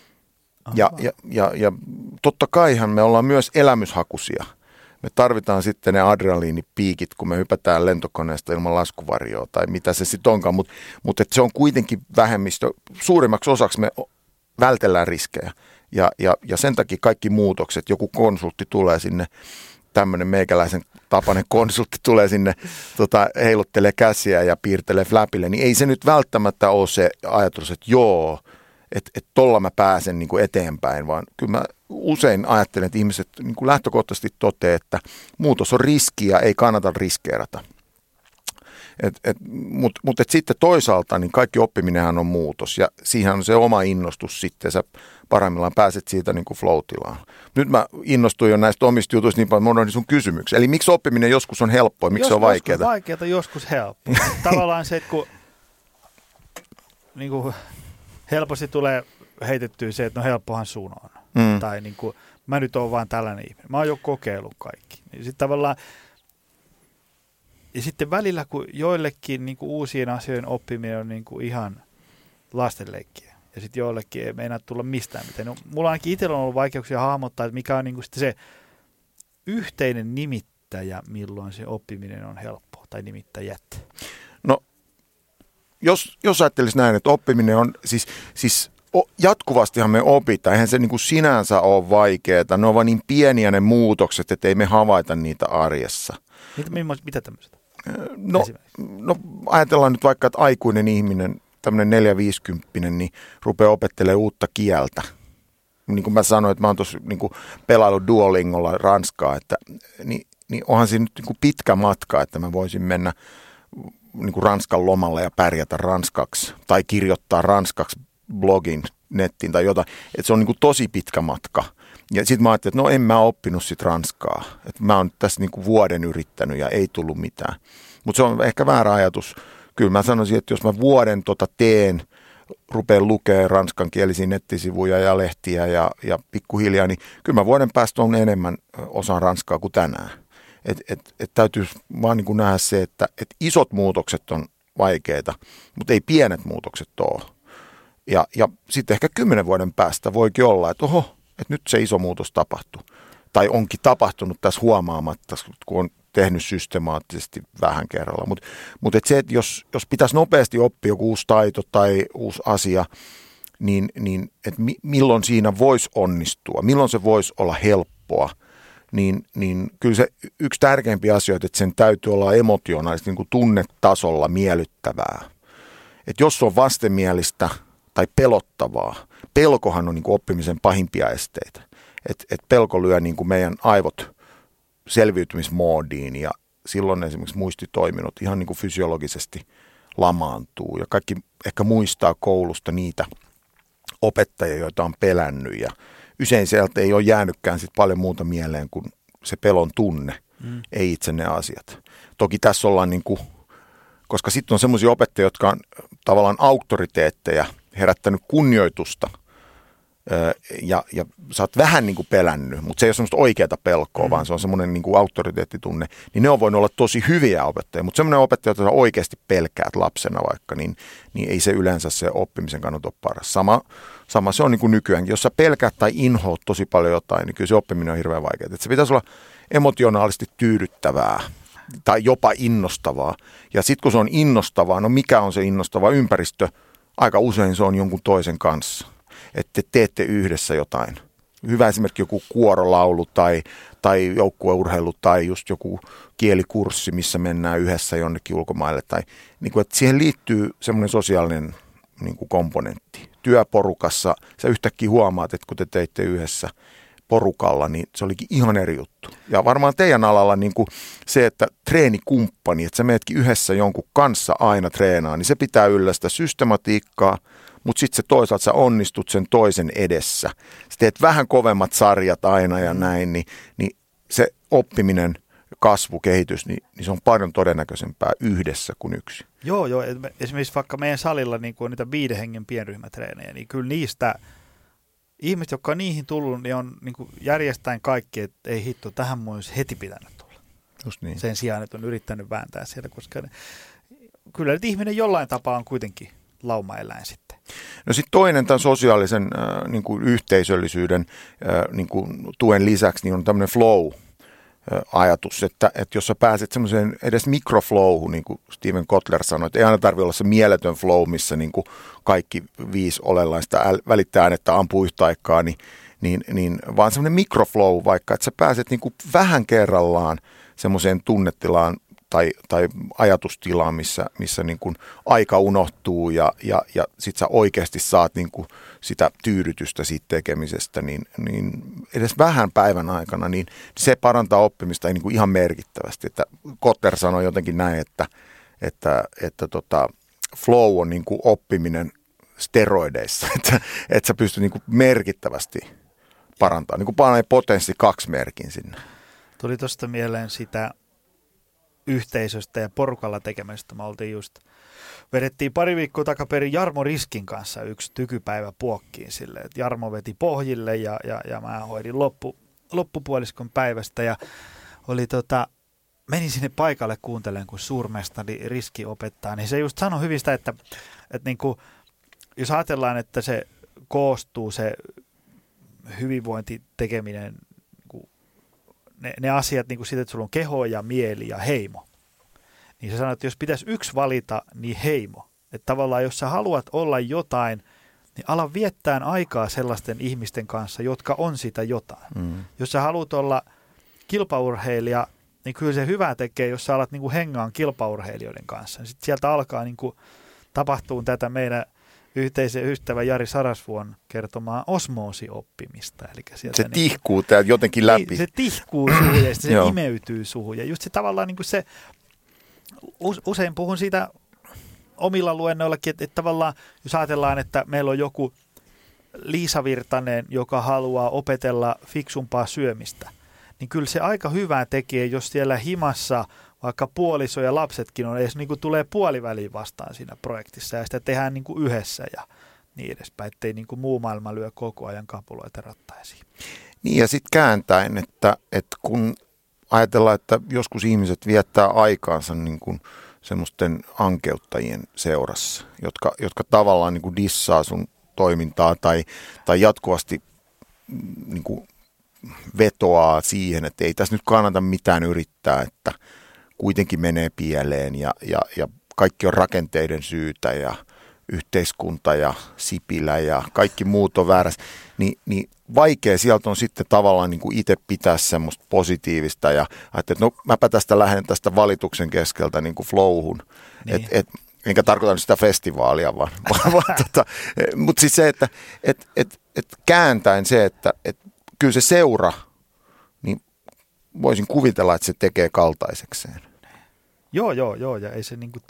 Ja totta kaihan me ollaan myös elämyshakuisia. Me tarvitaan sitten ne adrenaliinipiikit, kun me hypätään lentokoneesta ilman laskuvarjoa tai mitä se sitten onkaan, mutta se on kuitenkin vähemmistö. Suurimmaksi osaksi me vältellään riskejä ja sen takia kaikki muutokset, joku konsultti tulee sinne tämmöinen meikäläisen tapainen konsultti tulee sinne, heiluttelee käsiä ja piirtelee flapille, niin ei se nyt välttämättä ole se ajatus, että joo, että tolla mä pääsen niin kuin eteenpäin, vaan kyllä mä usein ajattelen, että ihmiset niin kuin lähtökohtaisesti toteaa, että muutos on riski ja ei kannata riskeerata. Mutta sitten toisaalta niin kaikki oppiminenhan on muutos ja siihen on se oma innostus sitten, sä parhaimmillaan pääset siitä niin kuin flow-tilaan. Nyt mä innostuin jo näistä omista jutuista niin paljon, että mä unohdin sun kysymyksen. Eli miksi oppiminen joskus on helppoa, miksi se on vaikeaa?
Joskus vaikeaa, joskus helppoa. Tavallaan se, että kun niin kuin helposti tulee heitettyä se, että no helppohan sun on. Tai niin kuin, mä nyt oon vaan tällainen ihminen. Mä oon jo kokeillut kaikki. Niin sitten tavallaan ja sitten välillä, kun joillekin niin kuin uusien asioiden oppiminen on niin kuin ihan lastenleikkiä, ja sitten joillekin ei meinaa tulla mistään mitään. No, mulla ainakin itsellä on ollut vaikeuksia hahmottaa, että mikä on niin kuin sitten se yhteinen nimittäjä, milloin se oppiminen on helppoa, tai nimittäjät.
No, jos ajattelisi näin, että oppiminen on, siis jatkuvastihan me opitaan, eihän se niin kuin sinänsä ole vaikeaa, ne on vaan niin pieniä ne muutokset, että ei me havaita niitä arjessa.
Mitä tämmöiset?
No ajatellaan nyt vaikka, että aikuinen ihminen, tämmöinen 4-50, niin rupeaa opettelemaan uutta kieltä. Niin kuin mä sanoin, että mä oon tuossa niin pelaillut Duolingolla ranskaa, että, niin onhan siinä nyt niin kuin pitkä matka, että mä voisin mennä niin kuin Ranskan lomalle ja pärjätä ranskaksi tai kirjoittaa ranskaksi blogin nettiin tai jotain. Että se on niin kuin tosi pitkä matka. Ja sitten mä ajattelin, että no en mä oppinut sit ranskaa. Että mä oon tässä niinku vuoden yrittänyt ja ei tullut mitään. Mutta se on ehkä väärä ajatus. Kyllä mä sanoisin, että jos mä vuoden teen, rupean lukemaan ranskankielisiä nettisivuja ja lehtiä ja pikkuhiljaa, niin kyllä mä vuoden päästä on enemmän osaan ranskaa kuin tänään. Et täytyy vaan niinku nähdä se, että isot muutokset on vaikeita, mutta ei pienet muutokset ole. Ja sitten ehkä 10 vuoden päästä voikin olla, että oho, että nyt se iso muutos tapahtui. Tai onkin tapahtunut tässä huomaamatta, kun on tehnyt systemaattisesti vähän kerralla. Mutta se, että jos pitäisi nopeasti oppia joku uusi taito tai uusi asia, niin että milloin siinä voisi onnistua, milloin se voisi olla helppoa, niin kyllä se yksi tärkeimpiä asioita, että sen täytyy olla emotionaalisesti niin kuin tunnetasolla miellyttävää. Että jos on vastenmielistä tai pelottavaa, pelkohan on niin kuin oppimisen pahimpia esteitä. Et pelko lyö niin kuin meidän aivot selviytymismoodiin ja silloin esimerkiksi muistitoiminnot ihan niin kuin fysiologisesti lamaantuu. Ja kaikki ehkä muistaa koulusta niitä opettajia, joita on pelännyt ja usein sieltä ei ole jäänytkään sit paljon muuta mieleen kuin se pelon tunne, ei itse ne asiat. Toki tässä ollaan niin kuin, koska sitten on semmoisia opettajia, jotka on tavallaan auktoriteetteja, herättänyt kunnioitusta ja sä oot vähän niin kuin pelännyt, mutta se ei ole semmoista oikeaa pelkoa, vaan se on semmoinen niin kuin auktoriteettitunne, niin ne on voinut olla tosi hyviä opettajia, mutta semmoinen opettaja, jota sä oikeasti pelkäät lapsena vaikka, niin ei se yleensä se oppimisen kannalta ole paras. Sama se on niin kuin nykyäänkin. Jos sä pelkäät tai inhoat tosi paljon jotain, niin kyllä se oppiminen on hirveän vaikeaa. Että se pitäisi olla emotionaalisesti tyydyttävää tai jopa innostavaa. Ja sitten kun se on innostavaa, no mikä on se innostava ympäristö? Aika usein se on jonkun toisen kanssa, että te teette yhdessä jotain. Hyvä esimerkki joku kuorolaulu tai joukkueurheilu tai just joku kielikurssi, missä mennään yhdessä jonnekin ulkomaille. Tai, niin kuin, että siihen liittyy semmoinen sosiaalinen niin kuin komponentti. Työporukassa sä yhtäkkiä huomaat, että kun te teitte yhdessä porukalla, niin se olikin ihan eri juttu. Ja varmaan teidän alalla niin kuin se, että treenikumppani, että sä meetkin yhdessä jonkun kanssa aina treenaa, niin se pitää yllä sitä systematiikkaa, mutta sitten se toisaalta sä onnistut sen toisen edessä. Sä teet vähän kovemmat sarjat aina ja näin, niin se oppiminen, kasvu, kehitys, niin se on paljon todennäköisempää yhdessä kuin yksi.
Joo. Esimerkiksi vaikka meidän salilla niin kun on niitä 5 hengen pienryhmätreenejä, niin kyllä niistä ihmiset, jotka on niihin tullut, niin on niin kuin järjestäen kaikki, että ei hitto, tähän mun olisi heti pitänyt tulla.
Just niin.
Sen sijaan, että on yrittänyt vääntää sieltä, koska kyllä nyt ihminen jollain tapaa on kuitenkin laumaeläin sitten.
No sitten toinen tämän sosiaalisen niin kuin yhteisöllisyyden niin kuin tuen lisäksi niin on tämmöinen flow-ajatus, että jos sä pääset semmoiseen edes mikroflowhun, niin kuin Steven Kotler sanoi, että ei aina tarvitse olla se mieletön flow, missä niin kuin kaikki 5 olellaista välittää äänettä ampuu yhtä aikaa, niin niin vaan semmoinen mikroflow vaikka, että sä pääset niin kuin vähän kerrallaan semmoiseen tunnetilaan tai ajatustilaan, missä niin kuin aika unohtuu ja sit sä oikeasti saat niin kuin sitä tyydytystä siitä tekemisestä, niin edes vähän päivän aikana, niin se parantaa oppimista niin kuin ihan merkittävästi. Että Kotter sanoi jotenkin näin, että flow on niin kuin oppiminen steroideissa, että sä pystyt niin kuin merkittävästi parantamaan, niin kuin panee potenssi 2 merkin sinne.
Tuli tuosta mieleen sitä yhteisöstä ja porukalla tekemisestä. Vedettiin pari viikkoa takaperin Jarmo Riskin kanssa yksi tykypäivä puokkiin silleen, että Jarmo veti pohjille ja mä hoidin loppupuoliskon päivästä ja oli menin sinne paikalle kuuntelemaan, kun suurmestari Riski opettaa, niin se just sanoi hyvin sitä, että niin kuin, jos ajatellaan, että se koostuu se hyvinvointitekeminen, ne asiat niin kuin siitä, että sulla on keho ja mieli ja heimo, niin se sanoo, että jos pitäisi yksi valita, niin heimo. Että tavallaan jos sä haluat olla jotain, niin ala viettää aikaa sellaisten ihmisten kanssa, jotka on sitä jotain. Jos sä haluat olla kilpaurheilija, niin kyllä se hyvä tekee, jos sä alat niin kuin hengaan kilpaurheilijoiden kanssa. Niin sitten sieltä alkaa niin kuin tapahtuu tätä meidän yhteisen ystävän Jari Sarasvuon kertomaa osmoosioppimista. Eli sieltä
se tihkuu täältä jotenkin läpi.
Niin, se tihkuu suuhun ja se imeytyy suuhun. Ja just se tavallaan niin kuin se, usein puhun siitä omilla luennoillakin, että tavallaan jos ajatellaan, että meillä on joku Liisa Virtanen, joka haluaa opetella fiksumpaa syömistä, niin kyllä se aika hyvää tekee, jos siellä himassa vaikka puoliso ja lapsetkin on, edes niin kuin tulee puoliväliin vastaan siinä projektissa ja sitä tehdään niin kuin yhdessä ja niin edespäin, ettei niin kuin muu maailma lyö koko ajan kapuloita rattaisiin.
Niin ja sitten kääntäen, että kun ajatellaan, että joskus ihmiset viettää aikaansa niin kuin semmoisten ankeuttajien seurassa, jotka tavallaan niin kuin dissaa sun toimintaa tai jatkuvasti niin kuin vetoaa siihen, että ei tässä nyt kannata mitään yrittää, että kuitenkin menee pieleen ja kaikki on rakenteiden syytä ja yhteiskunta ja Sipilä ja kaikki muut on väärässä, niin vaikea sieltä on sitten tavallaan niin kuin itse pitää semmoista positiivista ja ajattelin, että no mäpä tästä lähden tästä valituksen keskeltä niin kuin flowhun, niin. Enkä tarkoita sitä festivaalia vaan mutta siis se, että kääntäen se, että kyllä se seura, niin voisin kuvitella, että se tekee kaltaisekseen.
Joo, ja ei se niinku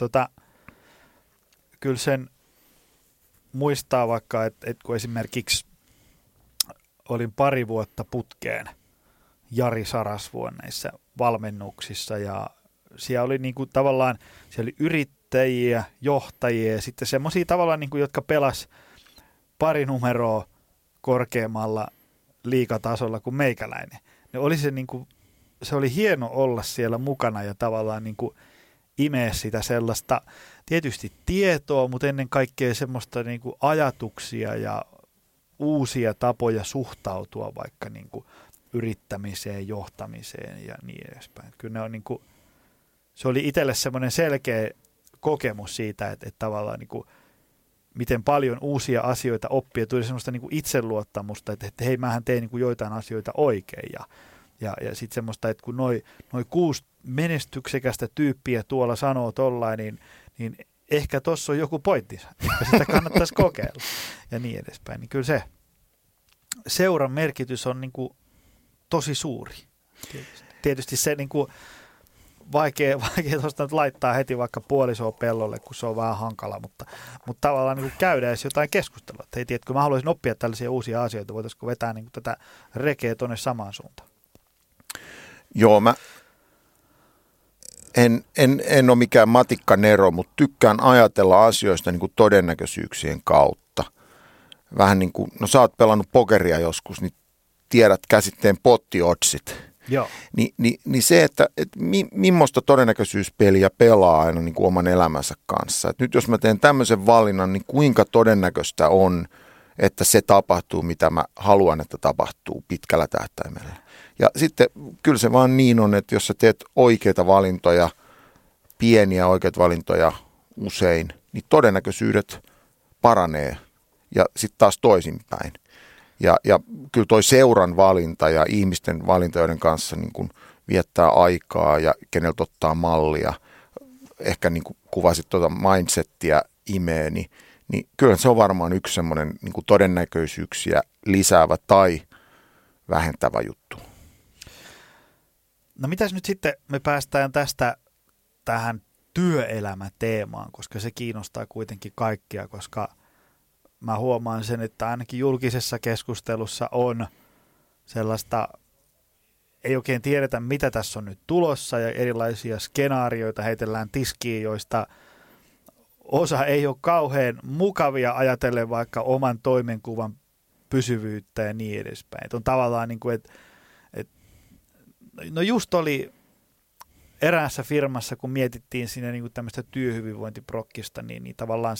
kyllä sen muistaa vaikka, että kun esimerkiksi olin 2 vuotta putkeen Jari Sarasvuon näissä valmennuksissa ja siellä oli niinku tavallaan, siellä oli yrittäjiä, johtajia ja sitten semmoisia tavallaan, niinku, jotka pelas 2 numeroa korkeammalla liigatasolla kuin meikäläinen. Ne oli se oli hieno olla siellä mukana ja tavallaan niin kuin imeä sitä sellaista tietysti tietoa, mutta ennen kaikkea semmoista niin kuin ajatuksia ja uusia tapoja suhtautua vaikka niin kuin yrittämiseen, johtamiseen ja niin edespäin. Kyllä ne on niin kuin, se oli itselle semmoinen selkeä kokemus siitä, että tavallaan niin kuin miten paljon uusia asioita oppia, tuli semmoista niin kuin itseluottamusta, että hei, mähän teen niin kuin joitain asioita oikein. Ja sitten semmoista, että kun noi 6 menestyksekästä tyyppiä tuolla sanoo tollain, niin ehkä tuossa on joku pointti, ja sitä kannattaisi kokeilla ja niin edespäin. Niin kyllä se seuran merkitys on niin kuin tosi suuri. Tietysti se niin kuin vaikea tuosta nyt laittaa heti vaikka puolisoa pellolle, kun se on vähän hankala, mutta tavallaan niin käydään edes jotain keskustelua. Että hei, tiedätkö, mä haluaisin oppia tällaisia uusia asioita, voitaisiko vetää niin tätä rekeä tuonne samaan suuntaan?
Joo, mä en ole mikään matikkanero, mutta tykkään ajatella asioista niin kuin todennäköisyyksien kautta. Vähän niin kuin, no sä oot pelannut pokeria joskus, niin tiedät käsitteen pottiotsit.
Joo.
Niin se, että millaista todennäköisyyspeliä pelaa aina niin kuin oman elämänsä kanssa. Et nyt jos mä teen tämmöisen valinnan, niin kuinka todennäköistä on, että se tapahtuu, mitä mä haluan, että tapahtuu pitkällä tähtäimellä. Ja sitten kyllä se vaan niin on, että jos sä teet oikeita valintoja, pieniä oikeita valintoja usein, niin todennäköisyydet paranee ja sitten taas toisinpäin. Ja kyllä toi seuran valinta ja ihmisten valinta, joiden kanssa niin kuin viettää aikaa ja keneltä ottaa mallia, ehkä niin kuin kuvasit tuota mindsettiä imee, niin kyllä se on varmaan yksi semmoinen niin kuin todennäköisyyksiä lisäävä tai vähentävä juttu.
No mitäs nyt sitten me päästään tästä tähän työelämäteemaan, koska se kiinnostaa kuitenkin kaikkia, koska mä huomaan sen, että ainakin julkisessa keskustelussa on sellaista, ei oikein tiedetä mitä tässä on nyt tulossa ja erilaisia skenaarioita heitellään tiskiin, joista osa ei ole kauhean mukavia ajatellen vaikka oman toimenkuvan pysyvyyttä ja niin edespäin. Et on tavallaan niin kuin, no just oli eräässä firmassa, kun mietittiin siinä niin kuin tämmöistä työhyvinvointiprokkista, niin tavallaan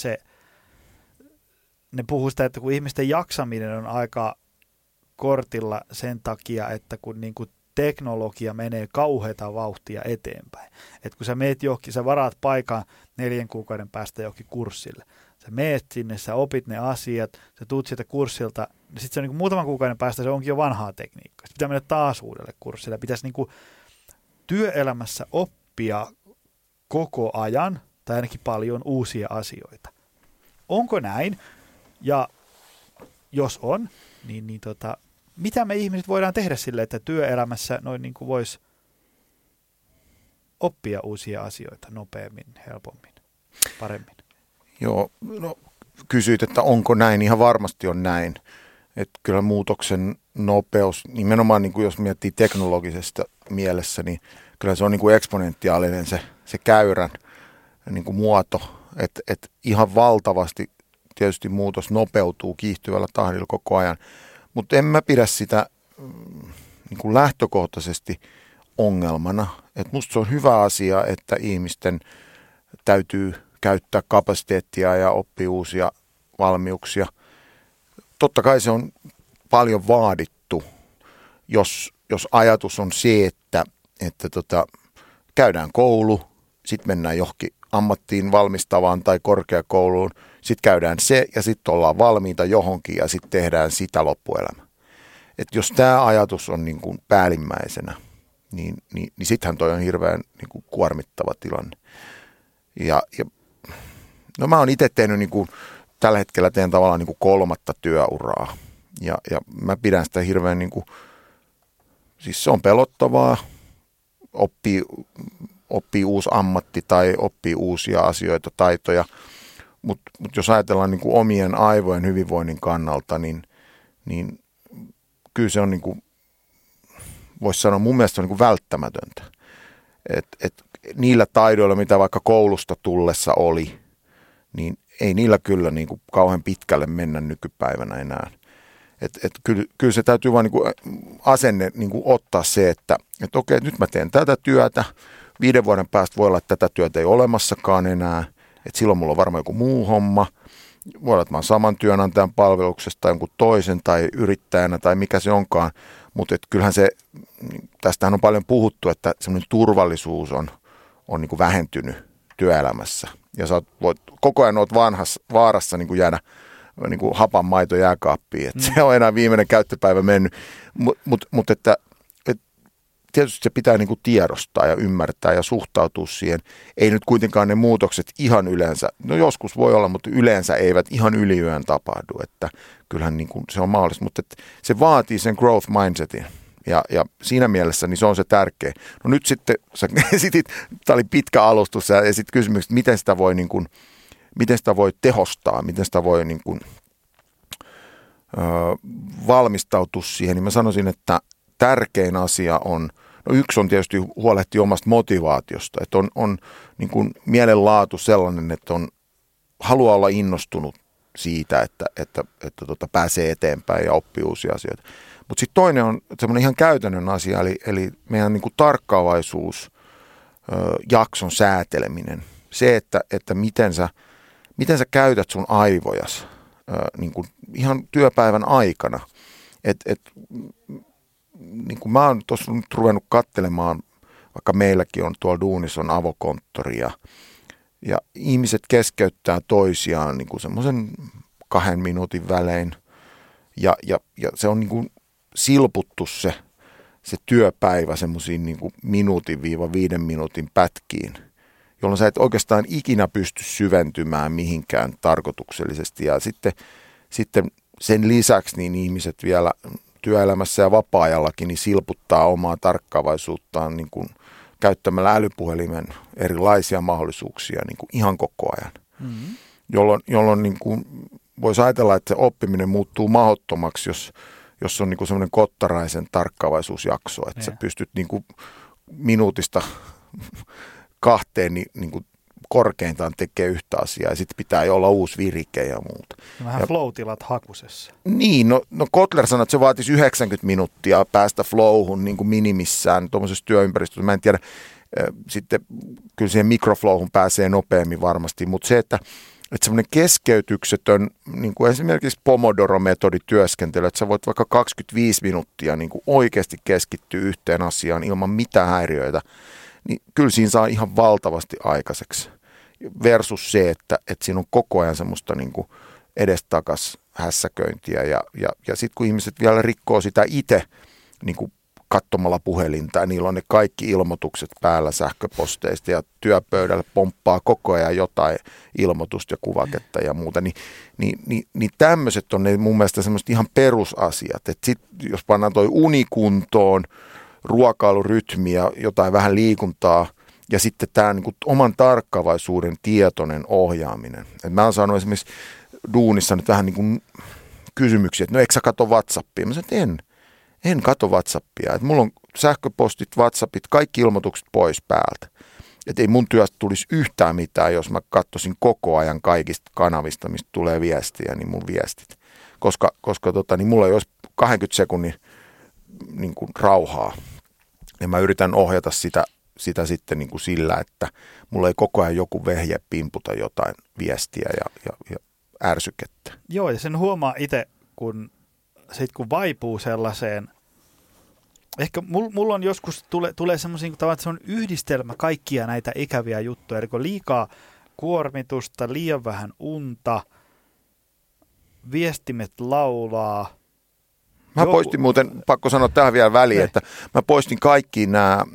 ne puhuu sitä, että kun ihmisten jaksaminen on aika kortilla sen takia, että kun niin kuin teknologia menee kauheata vauhtia eteenpäin. Että kun sä meet johonkin, sä varaat paikan 4 kuukauden päästä johonkin kurssille. Sä meet sinne, sä opit ne asiat, sä tuut sieltä kurssilta, ja sitten se on niin kuin muutaman kuukauden päästä se onkin jo vanhaa tekniikkaa. Sitten pitää mennä taas uudelle kurssille. Pitäisi niin kuin työelämässä oppia koko ajan, tai ainakin paljon uusia asioita. Onko näin? Ja jos on, niin mitä me ihmiset voidaan tehdä sille, että työelämässä noin niin kuin voisi oppia uusia asioita nopeammin, helpommin, paremmin?
Joo, no kysyit, että onko näin, ihan varmasti on näin. Että kyllä muutoksen nopeus, nimenomaan niin kuin jos miettii teknologisesta mielessä, niin kyllä se on niin kuin eksponentiaalinen se käyrän niin kuin muoto, että ihan valtavasti tietysti muutos nopeutuu kiihtyvällä tahdilla koko ajan, mutta en mä pidä sitä niin kuin lähtökohtaisesti ongelmana. Et musta se on hyvä asia, että ihmisten täytyy käyttää kapasiteettia ja oppia uusia valmiuksia. Totta kai se on paljon vaadittu, jos ajatus on se, että käydään koulu, sitten mennään johonkin ammattiin valmistavaan tai korkeakouluun, sitten käydään se ja sitten ollaan valmiita johonkin ja sitten tehdään sitä loppuelämä. Et jos tämä ajatus on niin kuin päällimmäisenä, niin sittenhän toi on hirveän niin kuin kuormittava tilanne. No mä oon itse tehnyt niin kuin, tällä hetkellä teen tavallaan niin kuin 3. työuraa ja mä pidän sitä hirveän niin kuin, siis se on pelottavaa, oppii uusi ammatti tai oppii uusia asioita, taitoja, mutta jos ajatellaan niin kuin omien aivojen hyvinvoinnin kannalta, niin kyllä se on, niin kuin, voisi sanoa, mun mielestä on niin kuin välttämätöntä. Et niillä taidoilla, mitä vaikka koulusta tullessa oli, niin ei niillä kyllä niin kuin kauhean pitkälle mennä nykypäivänä enää. Kyllä se täytyy vaan niin kuin asenne niin kuin ottaa se, että okei, nyt mä teen tätä työtä, 5 vuoden päästä voi olla, että tätä työtä ei olemassakaan enää, että silloin mulla on varmaan joku muu homma, voi olla, että mä oon saman työnantajan palveluksesta tai jonkun toisen tai yrittäjänä tai mikä se onkaan, mutta kyllähän se, tästähän on paljon puhuttu, että semmoinen turvallisuus on niin kuin vähentynyt työelämässä ja sä voit, koko ajan oot vaarassa niin kuin jäädä niin kuin hapan maito jääkaappiin, että se on enää viimeinen käyttöpäivä mennyt, mutta että tietysti se pitää niin kuin tiedostaa ja ymmärtää ja suhtautua siihen. Ei nyt kuitenkaan ne muutokset ihan yleensä, no joskus voi olla, mutta yleensä eivät ihan yliöön tapahdu, että kyllähän niin kuin se on mahdollista, mutta että se vaatii sen growth mindsetin ja siinä mielessä niin se on se tärkeä. No nyt sitten, sä esitit, tämä oli pitkä alustus ja esitit kysymykset, miten sitä voi niin kuin, miten sitä voi tehostaa, miten sitä voi niin kuin, valmistautua siihen, niin mä sanoisin, että tärkein asia on, no yksi on tietysti huolehtia omasta motivaatiosta, että on niin kuin mielenlaatu sellainen, että haluaa olla innostunut siitä, että pääsee eteenpäin ja oppii uusia asioita. Mutta sitten toinen on semmoinen ihan käytännön asia, eli meidän niin kuin tarkkaavaisuus, jakson sääteleminen. Se, että miten sä käytät sun aivojas niin kuin ihan työpäivän aikana. Niin kuin mä oon tuossa nyt ruvennut katselemaan, vaikka meilläkin on tuolla duunissa on avokonttori ja ihmiset keskeyttää toisiaan niin kuin semmoisen 2 minuutin välein. Ja se on niin kuin silputtu se työpäivä semmoisiin niin kuin minuutin-5 minuutin pätkiin, jolloin sä et oikeastaan ikinä pysty syventymään mihinkään tarkoituksellisesti. Ja sitten sen lisäksi niin ihmiset vielä työelämässä ja vapaa-ajallakin niin silputtaa omaa tarkkaavaisuuttaan niin kuin käyttämällä älypuhelimen erilaisia mahdollisuuksia niin kuin ihan koko ajan. Mm-hmm. Jolloin niin kuin voisi ajatella, että se oppiminen muuttuu mahdottomaksi, jos on niin kuin semmoinen kottaraisen tarkkaavaisuusjakso, että sä pystyt niin kuin minuutista 2 niin kuin korkeintaan tekee yhtä asiaa ja sitten pitää jo olla uusi virike ja muuta.
Vähän flow-tilat hakusessa.
Niin, no Kotler sanoi, että se vaatisi 90 minuuttia päästä flowhun niin kuin minimissään tuommoisessa työympäristössä. Mä en tiedä, sitten kyllä siihen mikroflowhun pääsee nopeammin varmasti, mutta se, että semmoinen keskeytyksetön, niin kuin esimerkiksi Pomodoro-metodi työskentely, että sä voit vaikka 25 minuuttia niin kuin oikeasti keskittyä yhteen asiaan ilman mitään häiriöitä, niin kyllä siinä saa ihan valtavasti aikaiseksi. Versus se, että siinä on koko ajan semmoista niin kuin edestakas hässäköintiä ja sitten kun ihmiset vielä rikkoo sitä itse niin kuin katsomalla puhelinta ja niillä on ne kaikki ilmoitukset päällä sähköposteista ja työpöydällä pomppaa koko ajan jotain ilmoitusta ja kuvaketta ja muuta, niin tämmöiset on ne mun mielestä semmoiset ihan perusasiat. Et sit, jos pannaan toi unikuntoon, ruokailurytmi ja jotain vähän liikuntaa ja sitten tämä niin kuin oman tarkkaavaisuuden tietoinen ohjaaminen. Et mä oon saanut esimerkiksi duunissa nyt vähän niin kuin kysymyksiä, että no eikö sä katso WhatsAppia? Mä sanoin, että en katso WhatsAppia. Että mulla on sähköpostit, WhatsAppit, kaikki ilmoitukset pois päältä. Että ei mun työstä tulisi yhtään mitään, jos mä katsoisin koko ajan kaikista kanavista, mistä tulee viestiä, niin mun viestit. Koska niin mulla ei olisi 20 sekunnin niin kuin rauhaa. Ja mä yritän ohjata sitä sitten niin kuin sillä, että mulla ei koko ajan joku vehje pimputa jotain viestiä ja ärsykettä.
Joo, ja sen huomaa itse, kun vaipuu sellaiseen, ehkä mulla on joskus tulee semmoisia, että se on yhdistelmä kaikkia näitä ikäviä juttuja, eli kun liikaa kuormitusta, liian vähän unta, viestimet laulaa.
Mä poistin muuten, pakko sanoa tähän vielä väliin, että mä poistin kaikki nämä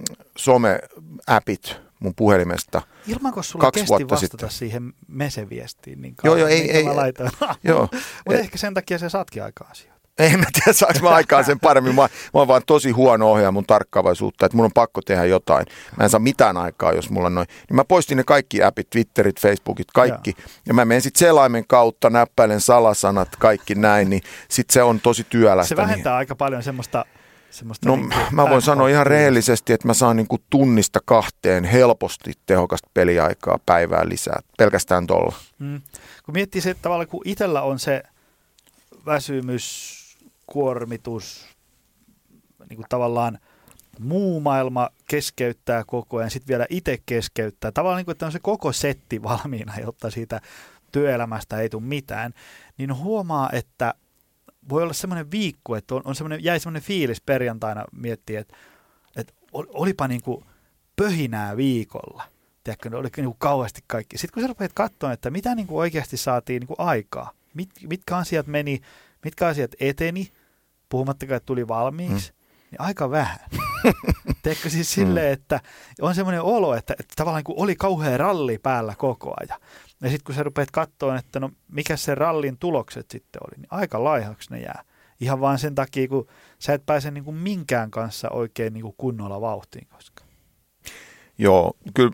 some-appit mun puhelimesta.
Ilmanko sulla kesti vastata sitten siihen meseviestiin niin kauan?
Joo, ei.
Mutta ehkä sen takia se saatkin aikaa asioita.
Ei mä tiedä, saanko mä aikaan sen paremmin. Mä oon vaan tosi huono ohjaa mun tarkkaavaisuutta, että mun on pakko tehdä jotain. Mä en saa mitään aikaa, jos mulla on noin. Niin mä poistin ne kaikki appit, Twitterit, Facebookit, kaikki. Ja mä menen sitten selaimen kautta, näppäilen salasanat, kaikki näin, niin sitten se on tosi työlästä.
Se vähentää aika paljon semmoista
no mä voin sanoa ihan rehellisesti, että mä saan niin kuin 1-2 helposti tehokasta peliaikaa päivään lisää, pelkästään tuolla.
Kun miettii se tavallaan, kun itsellä on se väsymys, kuormitus, niin kuin tavallaan muu maailma keskeyttää koko ajan, sitten vielä itse keskeyttää. Tavallaan niin kuin, että on se koko setti valmiina, jotta siitä työelämästä ei tule mitään, niin huomaa, että voi olla semmoinen viikko, että jäi semmoinen fiilis perjantaina miettiä, että olipa niin kuin pöhinää viikolla. Tiedätkö, ne oli niin kuin kauheasti kaikki. Sitten kun sä rupeat katsomaan, että mitä niin kuin oikeasti saatiin niin kuin aikaa, mitkä asiat meni, mitkä asiat eteni, puhumattakaan, että tuli valmiiksi, niin aika vähän. Tiedätkö siis silleen, että on semmoinen olo, että tavallaan niin kuin oli kauhea ralli päällä koko ajan. Ja sitten kun sä rupeat katsomaan, että no mikä se rallin tulokset sitten oli, niin aika laihaksi ne jää. Ihan vaan sen takia, kun sä et pääse niin kuin minkään kanssa oikein niin kuin kunnolla vauhtiin koskaan.
Joo, kyllä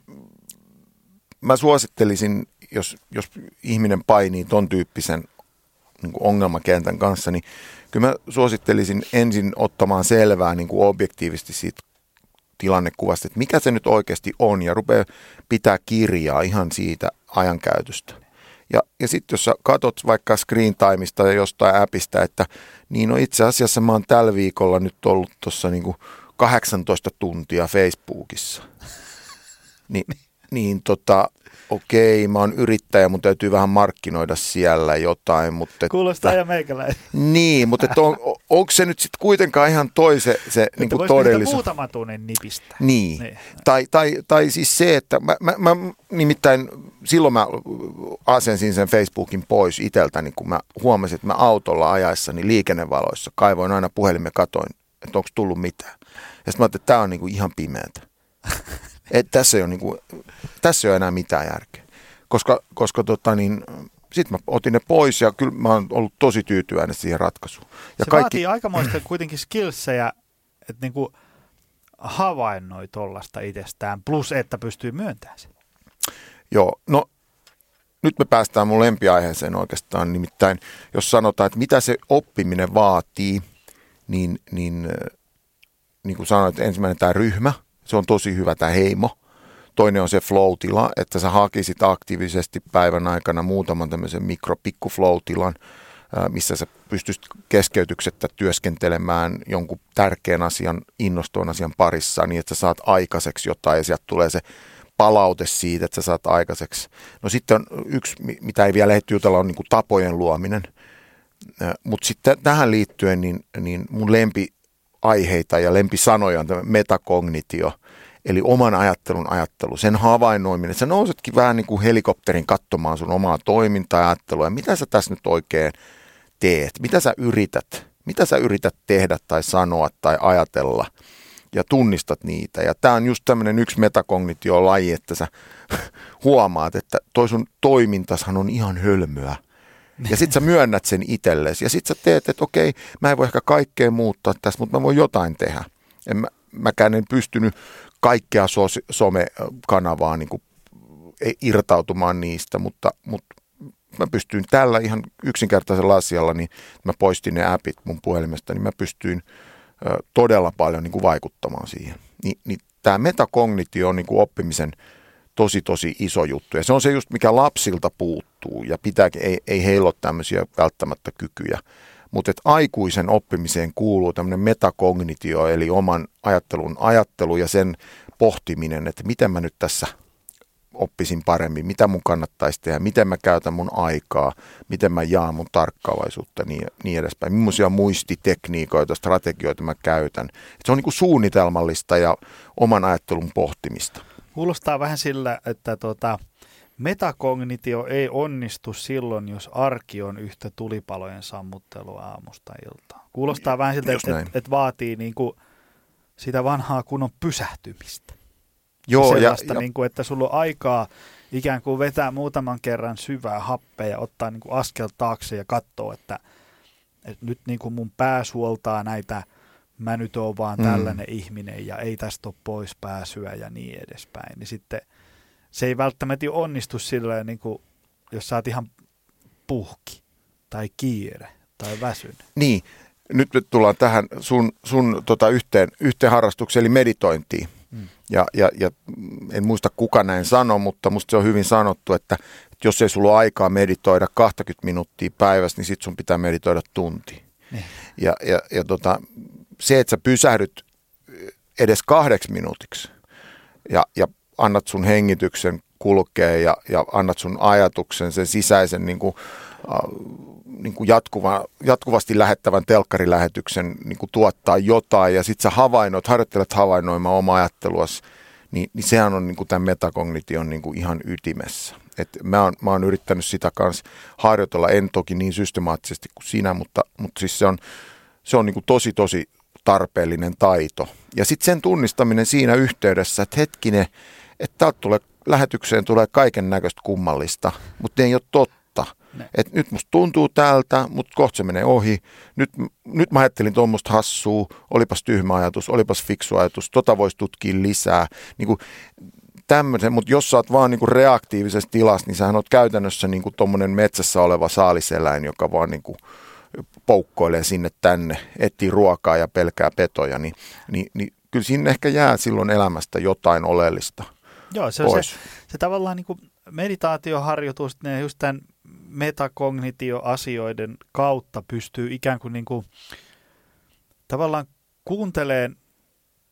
mä suosittelisin, jos ihminen painii ton tyyppisen niin kuin ongelmakentän kanssa, niin kyllä mä suosittelisin ensin ottamaan selvää niin kuin objektiivisesti siitä tilannekuvasta, että mikä se nyt oikeasti on, ja rupeaa pitää kirjaa ihan siitä ajankäytöstä. Ja sitten jos sä katot vaikka screen timeista ja jostain appista, että niin no itse asiassa mä oon tällä viikolla nyt ollut tuossa niinku 18 tuntia Facebookissa. Okei, mä oon yrittäjä, mun täytyy vähän markkinoida siellä jotain. Mutta
kuulostaa ja meikäläinen.
Niin, mutta onko se nyt sitten kuitenkaan ihan se niin kuin todellisuus?
Muutama tunnin nipistä.
Niin. Tai siis se, että mä nimittäin silloin mä asensin sen Facebookin pois itseltäni, kun mä huomasin, että mä autolla ajaessani liikennevaloissa kaivoin aina puhelimen, katoin, että onko tullut mitään. Ja sitten mä ajattelin, että tämä on niin kuin ihan pimeätä. Että tässä ei ole enää mitään järkeä. Koska sitten mä otin ne pois ja kyllä mä oon ollut tosi tyytyväinen siihen ratkaisuun. Ja
se vaatii aikamoista kuitenkin skillsejä, että niinku havainnoi tollasta itsestään, plus että pystyy myöntämään sen.
Joo, no nyt me päästään mun lempiaiheeseen oikeastaan, nimittäin jos sanotaan, että mitä se oppiminen vaatii, niin kuin sanoit, ensimmäinen tämä ryhmä, se on tosi hyvä tämä heimo. Toinen on se flow-tila, että sä hakisit aktiivisesti päivän aikana muutaman tämmöisen pikku flow-tilan, missä sä pystyisit keskeytyksettä työskentelemään jonkun tärkeän asian, innostuvan asian parissa, niin että sä saat aikaiseksi jotain ja sieltä tulee se palaute siitä, että sä saat aikaiseksi. No sitten on yksi, mitä ei vielä ehditty jutella, on niin kuin tapojen luominen. Mutta sitten tähän liittyen niin mun lempiaiheita ja lempisanoja on tämä metakognitio, eli oman ajattelu, sen havainnoiminen. Sä nousetkin vähän niin kuin helikopterin katsomaan sun omaa toimintaa ja ajattelua, ja mitä sä tässä nyt oikein teet, mitä sä yrität tehdä tai sanoa tai ajatella, ja tunnistat niitä. Ja tää on just tämmöinen yksi metakognitio-laji, että sä huomaat, että toi sun toimintashan on ihan hölmöä. Ja sit sä myönnät sen itsellesi, ja sit sä teet, että okei, mä en voi ehkä kaikkea muuttaa tässä, mutta mä voin jotain tehdä. Mäkään en pystynyt kaikkea somekanavaa niin kuin irtautumaan niistä, mutta mä pystyin tällä ihan yksinkertaisella asialla, niin mä poistin ne appit mun puhelimesta, niin mä pystyin todella paljon niin kuin vaikuttamaan siihen. Niin tämä metakognitio on niin kuin oppimisen tosi iso juttu, ja se on se just, mikä lapsilta puuttuu, ja ei heillä ole tämmöisiä välttämättä kykyjä. Mutta aikuisen oppimiseen kuuluu tämmöinen metakognitio, eli oman ajattelu ja sen pohtiminen, että miten mä nyt tässä oppisin paremmin, mitä mun kannattaisi tehdä, miten mä käytän mun aikaa, miten mä jaan mun tarkkaavaisuutta ja niin edespäin. Millaisia muistitekniikoita, strategioita mä käytän. Et se on niinku suunnitelmallista ja oman ajattelun pohtimista.
Kuulostaa vähän sillä, että metakognitio ei onnistu silloin, jos arki on yhtä tulipalojen sammuttelua aamusta iltaan. Kuulostaa vähän siltä, että vaatii niinku sitä vanhaa kunnon pysähtymistä.
Joo,
sellaista, niinku, että sulla on aikaa ikään kuin vetää muutaman kerran syvää happea ja ottaa niinku askel taakse ja katsoa, että nyt niinku mun pää suoltaa näitä, mä nyt oon vaan tällainen ihminen ja ei tästä ole pois pääsyä ja niin edespäin. Niin sitten se ei välttämättä onnistu silleen, niin kuin, jos sä oot ihan puhki tai kiire tai väsynyt.
Niin, nyt me tullaan tähän sun yhteen harrastukseen, eli meditointiin. Ja en muista kuka näin sanoi, mutta musta se on hyvin sanottu, että jos ei sulla ole aikaa meditoida 20 minuuttia päivässä, niin sit sun pitää meditoida tunti. Niin. Ja se, että sä pysähdyt edes 2 minuutiksi ja annat sun hengityksen kulkea ja annat sun ajatuksen, sen sisäisen niin kuin jatkuvasti lähettävän telkkarilähetyksen niin kuin tuottaa jotain, ja sit sä harjoittelet havainnoimaan oma ajatteluasi, niin sehän on niin kuin tämän metakognition niin kuin ihan ytimessä. Et mä oon yrittänyt sitä kanssa harjoitella, en toki niin systemaattisesti kuin sinä, mutta siis se on niin kuin tosi tarpeellinen taito. Ja sitten sen tunnistaminen siinä yhteydessä, että hetkinen, että täältä lähetykseen tulee kaiken näköistä kummallista, mutta ei ole totta. Että nyt musta tuntuu tältä, mutta kohta se menee ohi. Nyt mä ajattelin tuommoista hassua, olipas tyhmä ajatus, olipas fiksu ajatus, voisi tutkia lisää. Niin kuin tämmöisen, mutta jos sä oot vaan niin kuin reaktiivisessa tilassa, niin sähän oot käytännössä niin kuin tommonen metsässä oleva saaliseläin, joka vaan niin kuin poukkoilee sinne tänne, etsii ruokaa ja pelkää petoja, niin kyllä siinä ehkä jää silloin elämästä jotain oleellista.
Joo, se on se tavallaan niin kuin meditaatioharjoitus, ne just tämän metakognitioasioiden kautta pystyy ikään kuin tavallaan kuunteleen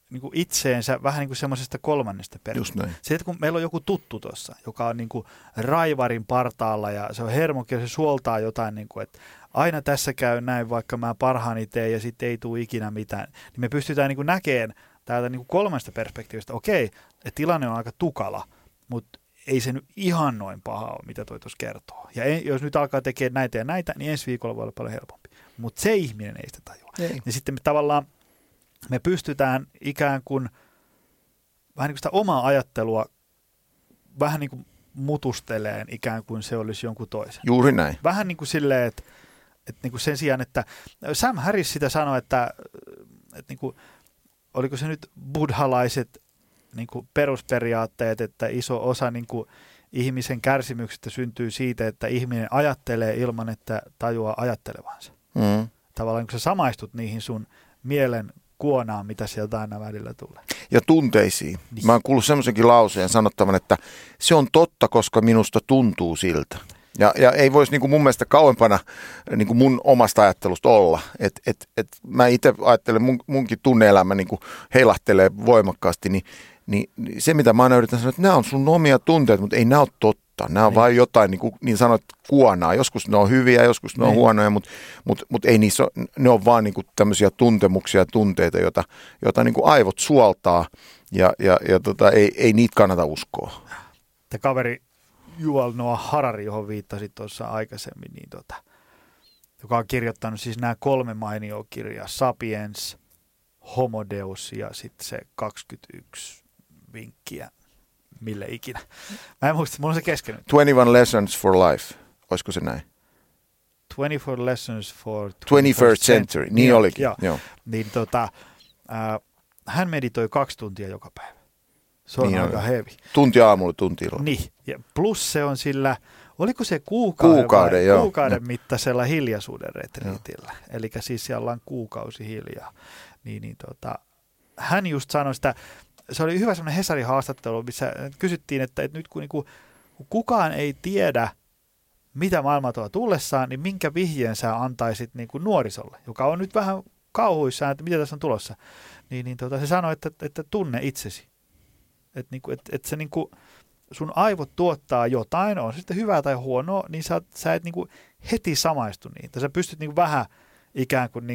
niin kuin itseensä vähän niin kuin semmoisesta kolmannesta perspektiivistä. Se, että kun meillä on joku tuttu tuossa, joka on niin kuin raivarin partaalla ja se on hermokin ja se suoltaa jotain, niin kuin, että aina tässä käy näin, vaikka mä parhaani teen ja sitten ei tule ikinä mitään, niin me pystytään niin kuin näkemään täältä niin kuin kolmannesta perspektiivistä, okei, että tilanne on aika tukala, mutta ei se nyt ihan noin paha ole, mitä toi tuossa kertoo. Ja jos nyt alkaa tekemään näitä ja näitä, niin ensi viikolla voi olla paljon helpompi. Mutta se ihminen ei sitä tajua. Ei. Ja sitten me pystytään ikään kuin vähän niin kuin sitä omaa ajattelua vähän niin kuin mutusteleen ikään kuin se olisi jonkun toisen.
Juuri näin.
Vähän niin kuin silleen, että niin kuin sen sijaan, että Sam Harris sitä sanoi, että niin kuin, oliko se nyt buddhalaiset niin kuin perusperiaatteet, että iso osa niin kuin ihmisen kärsimyksestä syntyy siitä, että ihminen ajattelee ilman, että tajuaa ajattelevansa. Tavallaan kun sä samaistut niihin sun mielen kuonaan, mitä sieltä aina välillä tulee.
Ja tunteisiin. Mä oon kuullut semmoisenkin lauseen sanottavan, että se on totta, koska minusta tuntuu siltä. Ja ei voisi niin kuin mun mielestä kauempana niin kuin mun omasta ajattelusta olla. Et mä itse ajattelen, munkin tunne-elämä niin kuin heilahtelee voimakkaasti, niin se mitä mä aina yritän sanoa, että nämä on sun omia tunteita, mutta ei nämä ole totta. Nämä on vain jotain, niin sanot, kuonaa. Joskus ne on hyviä, joskus ne on huonoja, mutta ei niissä ole, ne on vaan niin kuin tämmöisiä tuntemuksia ja tunteita, joita niin kuin aivot suoltaa ja ei niitä kannata uskoa.
Tämä kaveri Yuval Noah Harari, johon viittasit tuossa aikaisemmin, niin joka on kirjoittanut siis nämä 3 mainioa kirjaa, Sapiens, Homo Deus ja sitten se 21 vinkkiä. Mille ikinä. Mä en muista, mulla on se kesken.
21 Lessons for Life. Olisiko se näin?
24 Lessons for
21st Century. Niin olikin.
Joo. Niin hän meditoi 2 tuntia joka päivä. Se on aika heavy.
Tunti aamulla, tunti illalla.
Niin. Ja plus se on sillä, oliko se kuukauden mittaisella hiljaisuuden retriitillä. Eli siis siellä ollaan kuukausi hiljaa. Hän just sanoi sitä, se oli hyvä semmoinen Hesarin haastattelu, missä kysyttiin, että nyt kun kukaan ei tiedä, mitä maailma tuo tullessaan, niin minkä vihjeen sä antaisit niin kuin nuorisolle, joka on nyt vähän kauhuissaan, että mitä tässä on tulossa. Se sanoi, että tunne itsesi. Että se niin kuin sun aivot tuottaa jotain, on se sitten hyvää tai huonoa, niin sä et niin kuin heti samaistu niitä. Sä pystyt niin kuin vähän ikään kuin,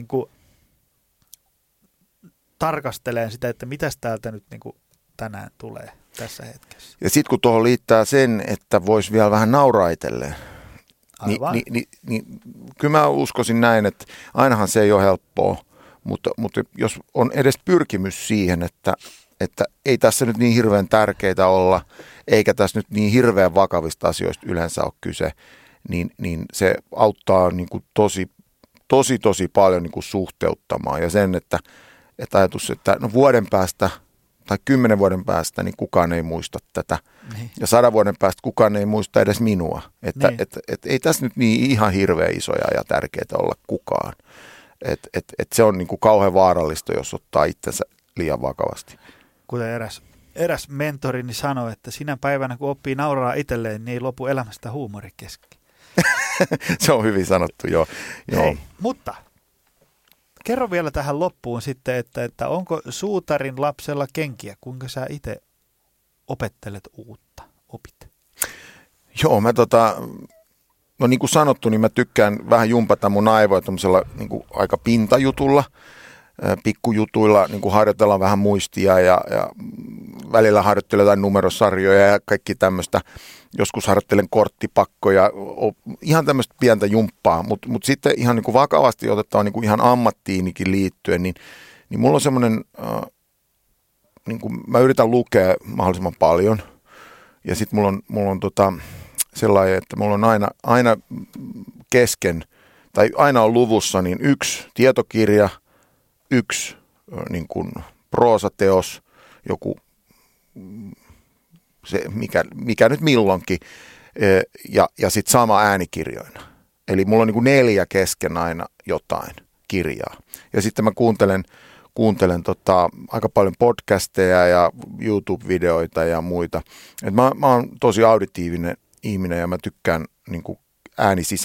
tarkasteleen sitä, että mitäs täältä nyt niin kuin tänään tulee tässä hetkessä.
Ja sitten kun tuohon liittää sen, että voisi vielä vähän nauraa itselleen, niin kyllä mä uskoisin näin, että ainahan se ei ole helppoa, mutta jos on edes pyrkimys siihen, että ei tässä nyt niin hirveän tärkeitä olla, eikä tässä nyt niin hirveän vakavista asioista yleensä ole kyse, niin se auttaa niin kuin tosi paljon niin kuin suhteuttamaan ja sen, että ajatus, että vuoden päästä tai 10 vuoden päästä niin kukaan ei muista tätä. Niin. Ja 100 vuoden päästä kukaan ei muista edes minua. Että ei tässä nyt niin ihan hirveän isoja ja tärkeitä olla kukaan. Se on niin kuin kauhean vaarallista, jos ottaa itsensä liian vakavasti.
Kuten eräs mentorini sanoi, että sinä päivänä kun oppii nauraa itselleen, niin ei lopu elämästä huumori kesken.
Se on hyvin sanottu, joo.
Hei, mutta kerro vielä tähän loppuun sitten, että onko suutarin lapsella kenkiä, kuinka sä itse opettelet uutta, opit?
Joo, no niin kuin sanottu, niin mä tykkään vähän jumpata mun aivoja tämmöisellä niin kuin aika pintajutulla, pikkujutuilla, niin kuin harjoitellaan vähän muistia ja välillä harjoittelen jotain numerosarjoja ja kaikki tämmöistä. Joskus harjoittelen korttipakkoja, ihan tämmöistä pientä jumppaa, mutta sitten ihan niin kuin vakavasti otetaan niin kuin ihan ammattiinikin liittyen, niin mulla on semmoinen, niin kuin mä yritän lukea mahdollisimman paljon ja sitten mulla on sellainen, että mulla on aina kesken tai aina on luvussa niin 1 tietokirja, 1 niin kuin proosateos, joku se, mikä nyt milloinkin, ja sitten sama äänikirjoina. Eli mulla on niin kuin 4 kesken aina jotain kirjaa. Ja sitten mä kuuntelen aika paljon podcasteja ja YouTube-videoita ja muita. Et mä oon tosi auditiivinen ihminen ja mä tykkään niin kuin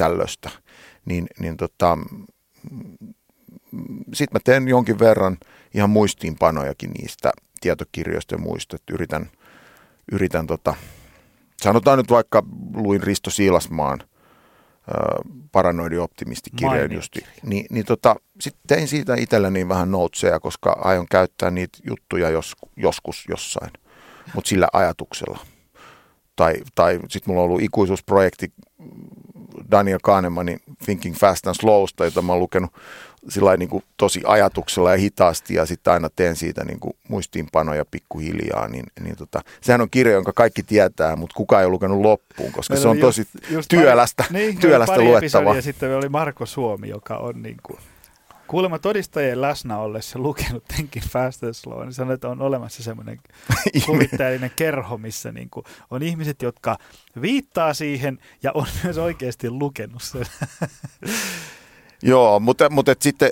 äänisisällöstä. Sitten mä teen jonkin verran ihan muistiinpanojakin niistä tietokirjoista ja muista. Yritän sanotaan nyt vaikka luin Risto Siilasmaan Paranoidi optimisti-kirjan justi. Sitten tein siitä itselleni vähän noteseja, koska aion käyttää niitä juttuja joskus jossain, mutta sillä ajatuksella. Tai sitten mulla on ollut ikuisuusprojekti Daniel Kahnemanin Thinking Fast and Slowsta, jota mä oon lukenut sillain niin kuin tosi ajatuksella ja hitaasti, ja sitten aina teen siitä niin kuin muistiinpanoja pikkuhiljaa. Sehän on kirja, jonka kaikki tietää, mutta kukaan ei ole lukenut loppuun, koska meillä se on tosi työlästä luettavaa.
Ja sitten oli Marko Suomi, joka on niin kuin kuulemma todistajien läsnä ollessa lukenut Thinking Fast and Slow, niin sanoi, että on olemassa semmoinen kuvitteellinen kerho, missä niin kuin on ihmiset, jotka viittaa siihen ja on myös oikeasti lukenut sen.
Joo, mutta sitten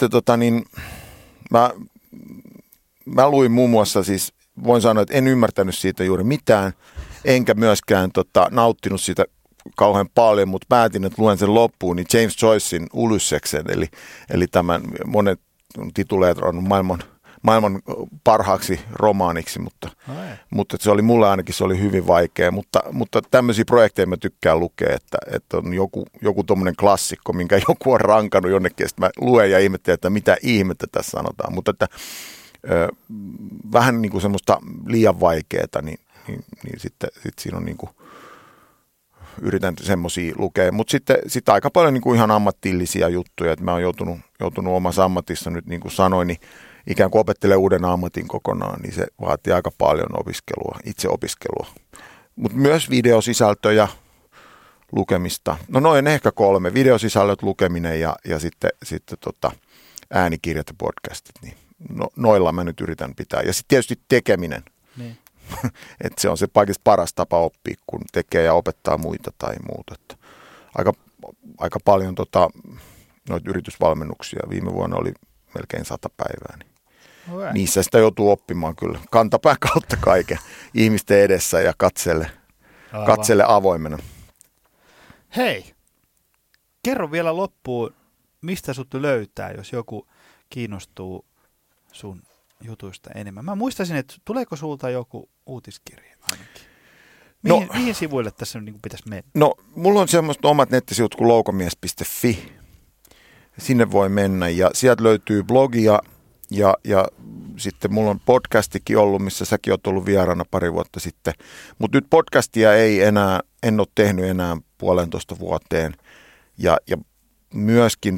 mä luin muun muassa, siis voin sanoa, että en ymmärtänyt siitä juuri mitään, enkä myöskään nauttinut siitä kauhean paljon, mutta päätin, että luen sen loppuun, niin James Joycein Ulysseksen, eli tämän monet tituleetrannut maailman parhaaksi romaaniksi, mutta se oli mulle ainakin se oli hyvin vaikea, mutta tämmöisiä projekteja mä tykkään lukea, että on joku tommoinen klassikko, minkä joku on rankannut jonnekin, että mä luen ja ihmettelen, että mitä ihmettä tässä sanotaan, mutta että vähän niin kuin semmoista liian vaikeaa, niin sitten siinä on niin kuin yritän semmoisia lukea, mutta sitten aika paljon niin kuin ihan ammatillisia juttuja, että mä oon joutunut omassa ammatissa nyt niin kuin sanoin, niin ikään kuin opettelee uuden ammatin kokonaan, niin se vaatii aika paljon itseopiskelua. Mutta myös videosisältöjä, lukemista. No noin ehkä 3. Videosisällöt, lukeminen ja sitten äänikirjat ja podcastit. Niin noilla mä nyt yritän pitää. Ja sitten tietysti tekeminen. Niin. Että se on se kaikista paras tapa oppia, kun tekee ja opettaa muita tai muuta. Että aika paljon noita yritysvalmennuksia. Viime vuonna oli melkein 100 päivää. Niin niissä sitä joutuu oppimaan kyllä kantapään kautta kaiken ihmisten edessä ja katselle avoimena.
Hei, kerro vielä loppuun, mistä sut löytää, jos joku kiinnostuu sun jutuista enemmän. Mä muistaisin, että tuleeko sulta joku uutiskirja ainakin? Mihin sivuille tässä niin pitäisi mennä? No,
mulla on semmoista omat nettisivut kuin loukomies.fi. Sinne voi mennä ja sieltä löytyy blogia ja sitten mulla on podcastikin ollut, missä säkin oot ollut vieraana pari vuotta sitten. Mutta nyt podcastia en ole tehnyt enää 1,5 vuoteen ja myöskin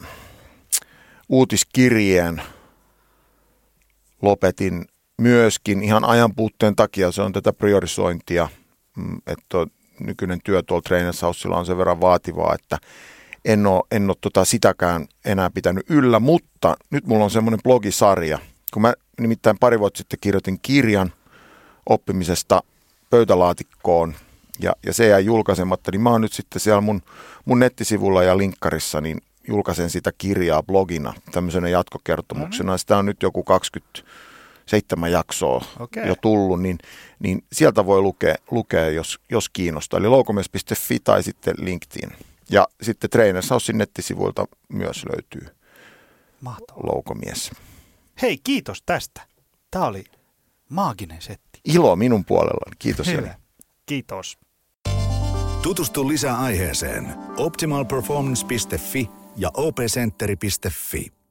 uutiskirjeen lopetin myöskin ihan ajanpuutteen takia. Se on tätä priorisointia, että nykyinen työ tuolla Trainers Housella on sen verran vaativaa, että en ole sitäkään enää pitänyt yllä, mutta nyt mulla on semmoinen blogisarja, kun mä nimittäin 2 vuotta sitten kirjoitin kirjan oppimisesta pöytälaatikkoon ja se jäi julkaisematta, niin mä oon nyt sitten siellä mun nettisivulla ja linkkarissa, niin julkaisen sitä kirjaa blogina tämmöisenä jatkokertomuksena. Sitä on nyt joku 27 jaksoa jo tullut, niin sieltä voi lukea jos kiinnostaa. Eli loukomies.fi tai sitten LinkedIn. Ja sitten Trainers Housen nettisivuilta myös löytyy Loukomies.
Hei, kiitos tästä. Tämä oli maaginen setti.
Ilo minun puolellani. Kiitos.
Kiitos.
Tutustu lisää aiheeseen optimalperformance.fi ja opcenteri.fi.